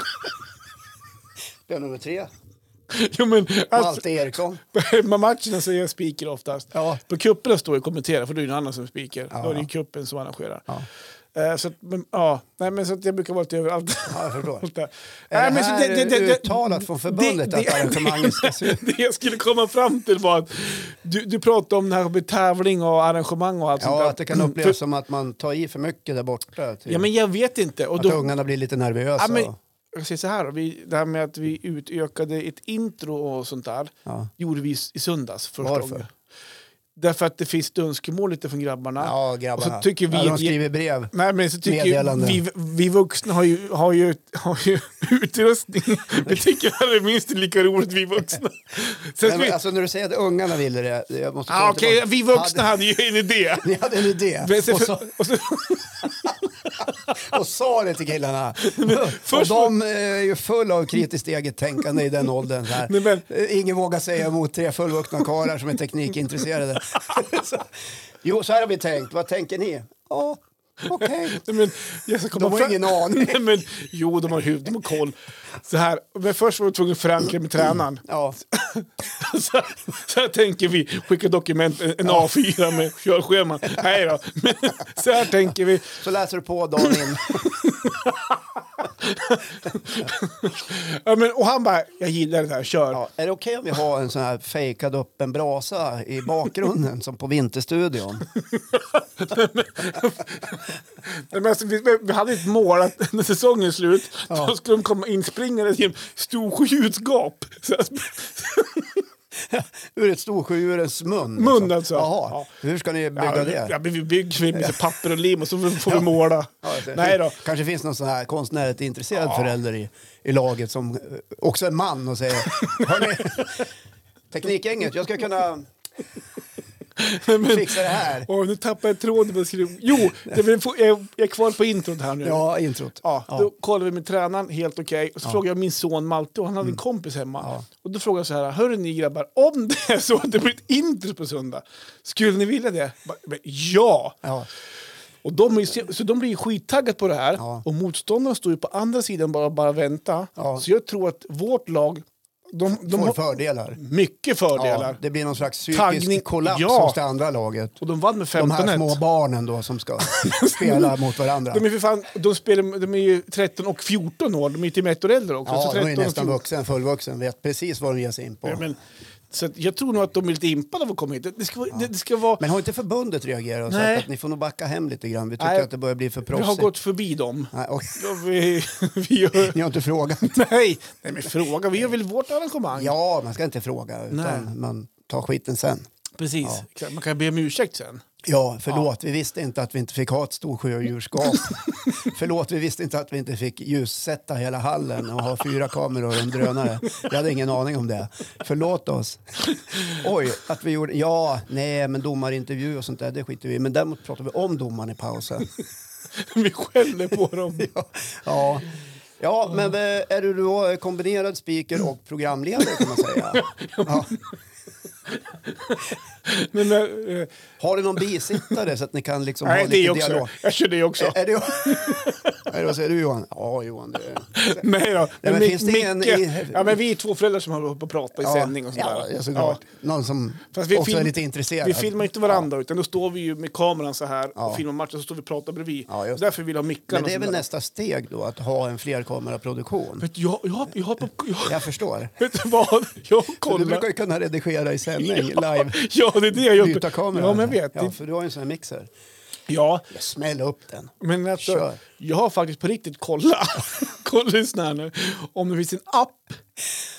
Spelar nummer tre? Jo, men alltså, Malte Eriksson. Med matcherna så är jag speaker oftast. Ja. På kupperna står jag och kommenterar för då är det en annan som speaker. Ja. Då är det kuppen som arrangerar. Ja. Uh, så att, men, ja, nej, men så att jag brukar vara lite överallt. Ja, jag förstår. Allt är nej, det men här så det, det, det, uttalat från förbundet det, att arrangemanget ska se ut? Det jag skulle komma fram till var att du, du pratade om det här med tävling och arrangemang och allt sånt Ja, där. att det kan upplevas som att man tar i för mycket där borta. Till, ja, men jag vet inte. Och att då, ungarna blir lite nervösa. ja, men, jag säger så här, vi, det här med att vi utökade ett intro och sånt där ja. gjorde vi i söndags första Varför? gången. Därför att det finns ett önskemål lite från grabbarna. Ja, grabbarna. Och så tycker vi, ja, de skriver brev. Nej, men så tycker vi, vi vuxna har ju, har ju, har ju utrustning. Vi tycker att det är minst lika roligt, vi vuxna. Så Nej, vi, men, alltså när du säger att ungarna ville det. Jag måste ah, okej, okay, vi vuxna hade, hade ju en idé. Ni hade en idé. Men, så, och, så, och, så, och sa det till killarna. Först, och de är ju full av kritiskt eget tänkande i den åldern. Så här. Nej, men, ingen vågar säga emot tre fullvuxna karlar som är teknikintresserade. så, jo, så här har vi tänkt. Vad tänker ni? Ja, okej. Okay. De har ingen aning. Nej, men, jo, de har huvud, de har koll. Så här, men först var vi tvungna att förankra med tränaren. Ja. så, så här tänker vi, skicka dokument, en ja. A fyra med körscheman. Nej då, men så här tänker vi. Så läser du på dagen in. ja, men, och han bara, jag gillar det här, kör. Ja, är det okej okay om vi har en sån här fejkad upp en brasa i bakgrunden som på Vinterstudion? men, alltså, vi, vi hade ett mål att när säsongen är slut ja. då skulle de komma inspringande till en storsjöljusgap. Ur ett storsjödjurens mun. Mun liksom. Alltså. Jaha. Ja. Hur ska ni bygga ja, det? Ja, vi bygger med papper och lim och så får vi måla. Ja, Nej då. Kanske finns någon sån här konstnärligt intresserad ja. förälder i, i laget som också är man och säger hörni, teknikgänget, jag ska kunna men, fixa det här. Åh, nu tappar jag tråden. Jo, det vill få, jag, jag är kvar på introt här nu. Ja, introt. Ja, ja. Då kollar vi med tränaren, helt okej. Okay. Och så ja. frågar jag min son Malte och han hade mm. en kompis hemma. Ja. Och då frågar jag så här, hörru ni grabbar, om det är så att det blir ett intro på söndag, skulle ni vilja det? Ja! Ja. Och de är, så de blir skittaggade på det här. Ja. Och motståndarna står ju på andra sidan bara bara vänta. Ja. Så jag tror att vårt lag de, de får har fördelar. Mycket fördelar. Ja, det blir någon slags psykisk Taggning, kollaps ja. hos det andra laget. Och de vann med femton De här små barnen då som ska spela mot varandra. De är, för fan, de, spelar, de är ju tretton och fjorton år. De är till ett år äldre också. Ja, så de är nästan vuxen, fullvuxen. Vet precis vad de ger sig in på. Ja, men, så jag tror nog att de är lite impade av att komma hit. Det ska, ja. det, det ska vara... Men har inte förbundet reagerat och sagt att ni får nog backa hem lite grann? Vi tycker Nej, att det börjar bli för proffsigt. Vi har gått förbi dem. Nej, okay. ja, vi, vi gör... Ni har inte frågat? Nej, Nej men fråga. Vi gör väl vårt arrangemang. Ja, man ska inte fråga utan man tar skiten sen. Precis. Ja. Man kan be om ursäkt sen. Ja, förlåt. Ja. Vi visste inte att vi inte fick ha ett storsjödjurskap. Förlåt, vi visste inte att vi inte fick ljussätta hela hallen och ha fyra kameror och en drönare. Jag hade ingen aning om det. Förlåt oss. Oj, att vi gjorde... Ja, nej, men domarintervju och sånt där, det skiter vi i. Men däremot pratar vi om domaren i pausen. Vi skäller på dem. ja, ja. Ja, men är du då kombinerad speaker och programledare kan man säga? Ja. Men, men, äh, har du någon bisittare så att ni kan liksom nej, ha lite också. dialog? Jag kör det också. Är, är det, nej, vad säger du Johan? Ja, Johan. Det, nej då. Men, men finns det ingen i, ja, men vi är två föräldrar som har på att prata i ja, sändning och sådär. Ja, såklart. Ja. Någon som vi också film, är lite intresserad. Vi filmar inte varandra ja. utan då står vi ju med kameran så här ja. och filmar matchen så står vi och pratar bredvid. Ja, därför vill jag ha mickarna. Men det är väl nästa steg då att ha en flerkameraproduktion? Vet du, jag, jag, jag, jag, jag, jag förstår. Vet du vad? Jag kollar. Du brukar ju kunna redigera i sändning ja, live. Ja, det är det jag gör. Byta kamera. Ja, men vet. Ja, för du har ju en sån här mixer. Ja. Jag smäller upp den. Men alltså, jag har faktiskt på riktigt kollat. Kolla, lyssna här nu. Om det finns en app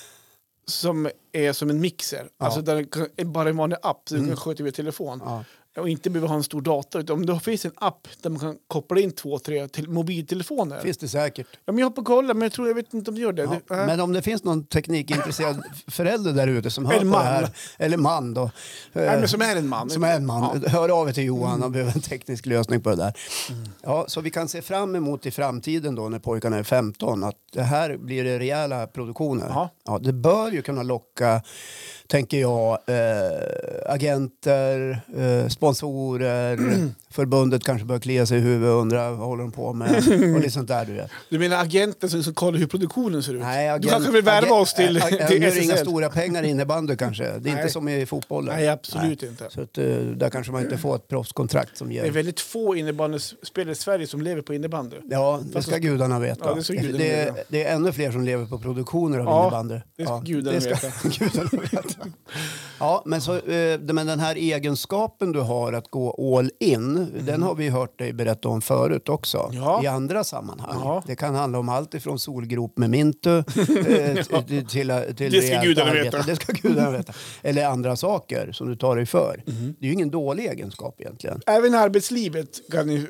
som är som en mixer. Ja. Alltså där det är bara en vanlig app så du mm. kan sköta via telefon. Ja. Och inte behöver ha en stor dator. Utan om det finns en app där man kan koppla in två, tre till mobiltelefoner. Finns det säkert. Ja, men jag hoppar och kollar, men jag tror jag vet inte om det gör det. Ja, det äh. Men om det finns någon teknikintresserad förälder där ute som hör eller på man. det här. Eller man då. Nej, men som är en man. Som är en man. Ja. Hör av er till Johan, Mm. han behöver en teknisk lösning på det där. Mm. Ja, så vi kan se fram emot i framtiden då när pojkarna är femton att det här blir det rejäla produktioner. Ja. Ja, det bör ju kunna locka, tänker jag, eh, agenter, eh, sponsorer, mm. förbundet kanske bör klia sig i huvudet och undra vad håller de på med och lite sånt där, du vet. Du menar agenter som, som kollar hur produktionen ser ut? Nej, agent, du kanske vill värva oss till, ag- ag- till Nu är S det S inga L. stora pengar i innebandy kanske. Det är Nej. inte som i fotbollen. Nej, absolut inte. Så att, uh, där kanske man inte får ett proffskontrakt som ger... Det är väldigt få innebandyspelare i Sverige som lever på innebandy. Ja, det ska gudarna veta. Ja, det, ska gudarna det, veta. är, det är ännu fler som lever på produktioner av Ja, innebandy. det ska ja, gudarna det ska veta. gudarna veta. Ja, men, så, uh, men den här egenskapen du har att gå all in, mm. den har vi hört dig berätta om förut också. Ja. I andra sammanhang. Ja. Det kan handla om allt ifrån solgrop med Mintu eh, ja. till, till, till Det ska rejält gudarna arbete. veta. Det ska gudarna veta. Eller andra saker som du tar dig för. Mm. Det är ju ingen dålig egenskap egentligen. Även i arbetslivet kan ni...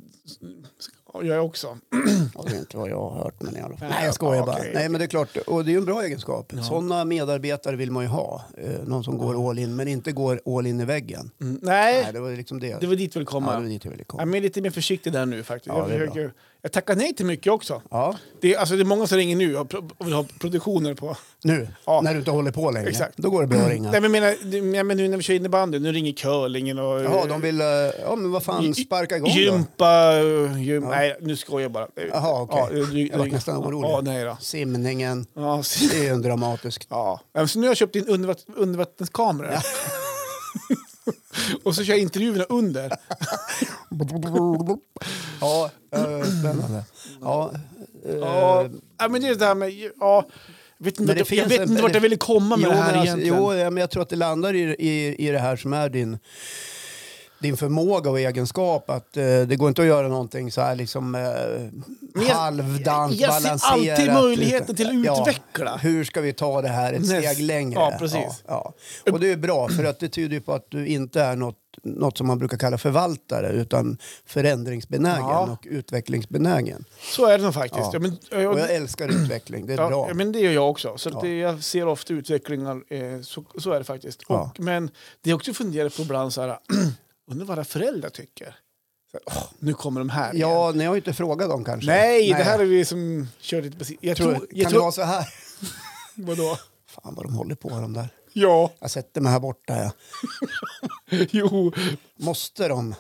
Jag är också. Jag vet inte vad jag har hört, men i alla fall. Nej, Nej, jag skojar okay. bara. Nej, men det är klart. Och det är ju en bra egenskap. Ja. Sådana medarbetare vill man ju ha. Eh, någon som går all in, men inte går all in i väggen. Mm. Nej, Nej, det var liksom det. det var dit vi vill komma. Ja, det var dit jag ville komma. Jag är lite mer försiktig där nu faktiskt. Ja, jag, det är försöker, jag tackar nej till mycket också. Ja, Det är, alltså, det är många som ringer nu och pro- och vill ha produktioner på. nu. Ja. När du inte håller på längre. Exakt. Då går det bra att ringa. Nej, men, menar, jag menar, nu när vi kör innebandy, nu ringer curlingen och... Jaha, de vill... eh, Ja, men vad fan, sparka igång då. Gympa, gym, Ja. Nej, nu skojar jag bara. Jaha, okej. Ja, du- Jag var du- nästan orolig. Ja, nej då. Simningen. Ja, Det är ju en dramatisk... ja. Så nu har jag köpt in undervatt- undervattenskamera. Ja. Och så kör jag intervjuerna under. Ja, eh, spännande. Ja, eh, Ja, ja, men det är det här med... Ja, jag vet inte, Men det vart, jag finns vet en- inte vart jag ville komma med jo, det här men alltså, egentligen. jo, ja, men jag tror att det landar i, i, i det här som är din, din förmåga och egenskap. Att eh, det går inte att göra någonting så här liksom eh, jag- halvdant, jag ser balanserat. alltid möjligheten till att Ja, utveckla. hur ska vi ta det här ett Näst- steg längre? ja, precis. Ja, ja. Och det är bra, för att det tyder ju på att du inte är något, något som man brukar kalla förvaltare, utan förändringsbenägen Ja. och utvecklingsbenägen. Så är det nog faktiskt. Ja. Ja, men, ja, Och jag älskar utveckling, det är ja, bra. ja, men det gör jag också. Så att Ja. det, jag ser ofta utvecklingar. Eh, så, så är det faktiskt. Ja. Och, men det är också funderat på ibland så här... undrar vad föräldrar tycker. Så, åh, nu kommer de här igen. Ja, ni har ju inte frågat dem kanske. Nej, det här är vi som kör lite precis. Jag Tror, tror... Jag kan tror det vara så här? vadå? Fan vad de håller på de där. Ja, Jag sätter mig här borta. Ja. jo. Måste de?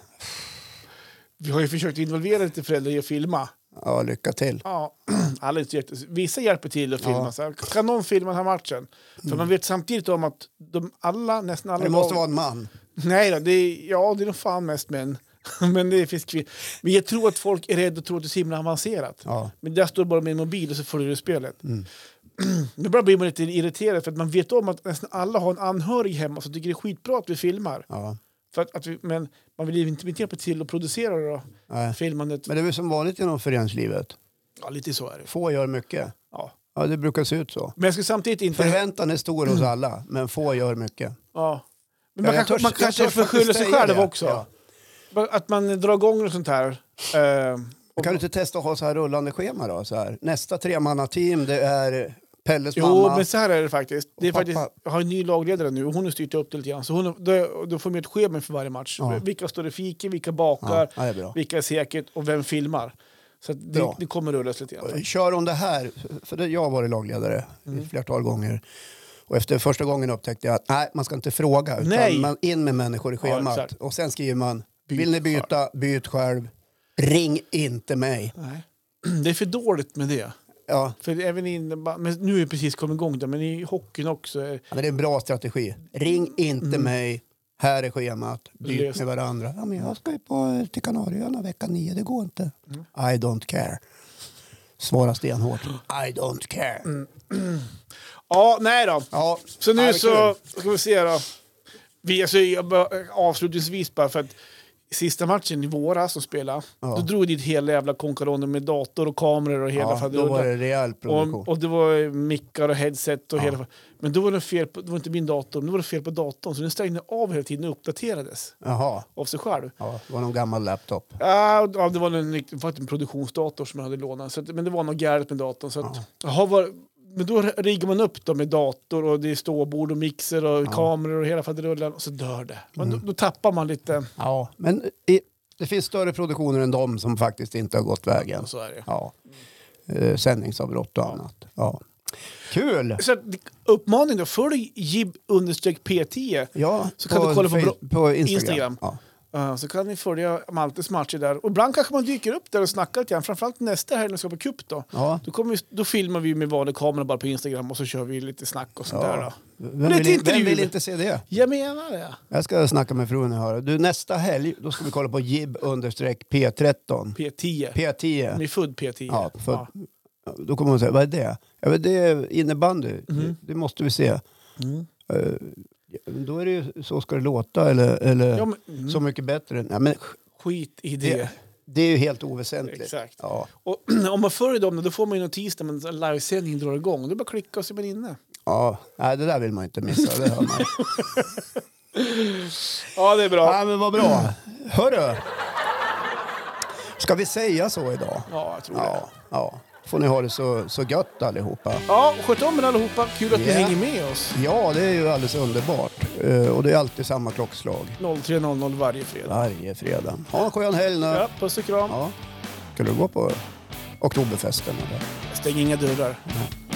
Vi har ju försökt involvera lite föräldrar i att filma. Ja, lycka till. Ja, alla är inte jätte... Vissa hjälper till att filma. Ja. Så här, kan någon filma den här matchen? För man vet samtidigt om att de alla, nästan alla... Det måste lag- vara en man. Nej då, det är, ja, det är nog fan mest män. Men det finns kvinnor. Men jag tror att folk är rädda och tror att det är så himla avancerat. Ja. Men där står bara med en mobil och så följer du spelet. Mm. Nu börjar bli man lite irriterad för att man vet om att nästan alla har en anhörig hemma som tycker det är skitbra att vi filmar. Ja. För att, att vi, men man vill ju inte inte hjälpa till att producera då, Nej. filmandet. Men det är väl som vanligt inom föreningslivet. Ja, lite så är det. Få gör mycket. Ja. Ja, det brukar se ut så. Men jag ska samtidigt inte... Förväntan är stor hos alla, men få gör mycket. Ja. Men Ja, man jag kanske, törs- man jag kanske törs får skylla faktiskt sig säga själv det. också. Ja. Att man drar igång och sånt här. Eh, och, Kan du inte testa att ha så här rullande schema då? Så här. Nästa tremannateam, det är Pelles jo, mamma. men så här är det faktiskt. Det är pappa. faktiskt jag har en ny lagledare nu och hon har styrt upp det lite grann. Så hon, då, då får man ett schema för varje match. Ja. Vilka står i fika, vilka bakar, Ja, ja, det är bra. vilka är säkert och vem filmar. Så att det, Bra. det kommer rullas lite grann. Kör om det här, för det, jag har varit lagledare Mm. ett flertal gånger. Och efter första gången upptäckte jag att nej, man ska inte fråga, utan Nej. man in med människor i schemat. exakt. Och sen skriver man, Byt vill ni byta, byt själv. Ring inte mig. Nej. Det är för dåligt med det. Ja, För även in, men nu är det precis kommit igång där, men i hockeyn också. Är, ja, men det är en bra strategi. Ring inte mig, här är schemat, byt Löst. med varandra. Ja, men jag ska ju på, till Kanarieöarna vecka nio, det går inte. I don't care. Svara stenhårt. I don't care. ja, nej då. Ja, Så nu ja, så kul. ska vi se då. Vi, alltså, jag bara, avslutningsvis bara för att sista matchen i våras som spelade, Ja. då drog dit hela jävla konkaronen med dator och kameror och hela Ja, faderullan. då var det rejäl produktion. och, och det var mickar och headset och Ja. hela. Men då var det fel på, det var inte min dator, men då var det fel på datorn. Så den stängde av hela tiden och uppdaterades Jaha, av sig själv. ja, det var någon gammal laptop. Ja, ja, det var en, faktiskt en produktionsdator som jag hade lånat. Så att, men det var något galet med datorn. Så att, jaha, var, men då riggar man upp då med dator och det är ståbord och mixer och Ja. kameror och hela faderullan och så dör det. Men Mm. då, då tappar man lite. Ja, men i, det finns större produktioner än de som faktiskt inte har gått vägen. Så är det. Ja. Eh, sändningsavbrott och annat. Ja. Kul! Så att, uppmaning då, följ jib P tio. Ja, Så kan du kolla på Face- bro- på Instagram. Instagram. Ja. Uh, så kan ni följa Maltes matcher där. Och ibland kanske man dyker upp där och snackar lite grann. Framförallt nästa helg när vi ska på cup då. Ja. Då, kommer vi, då filmar vi med vanlig kamera bara på Instagram och så kör vi lite snack och sånt där då. Ja. Vem, Lite vill, vem intervju. vill inte se det? Jag menar det. Jag ska snacka med frun och höra. Du, nästa helg då ska vi kolla på jib P tretton. P tio. P tio. Med född P tio. Ja, för, Då kommer man säga, vad är det? Ja, men det är innebandy. Mm. Det, det måste vi se. Mm. Uh, då är det ju så ska det låta eller, eller Ja, men, mm. så mycket bättre. Ja, men, Skit i det. det, det är ju helt oväsentligt. Exakt. Ja. Och om man följer dem då får man ju notis när man livesändning drar igång. Det är bara att klicka och så är man inne. Ja, nej, det där vill man inte missa. Det hör man. Ja, det är bra. Ja, men vad bra. Hörru. Ska vi säga så idag? Ja, jag tror det. Ja, ja. Får ni ha det så, så gött allihopa. Ja, sköt om er allihopa. Kul att ni Ja. hänger med oss. Ja, det är ju alldeles underbart. Uh, och det är alltid samma klockslag. noll tre noll noll varje fredag. Varje fredag. Ha en skön helg nu. Ja, puss och kram. Ja. Ska du gå på Oktoberfesten eller? Stäng inga dörrar. Nej.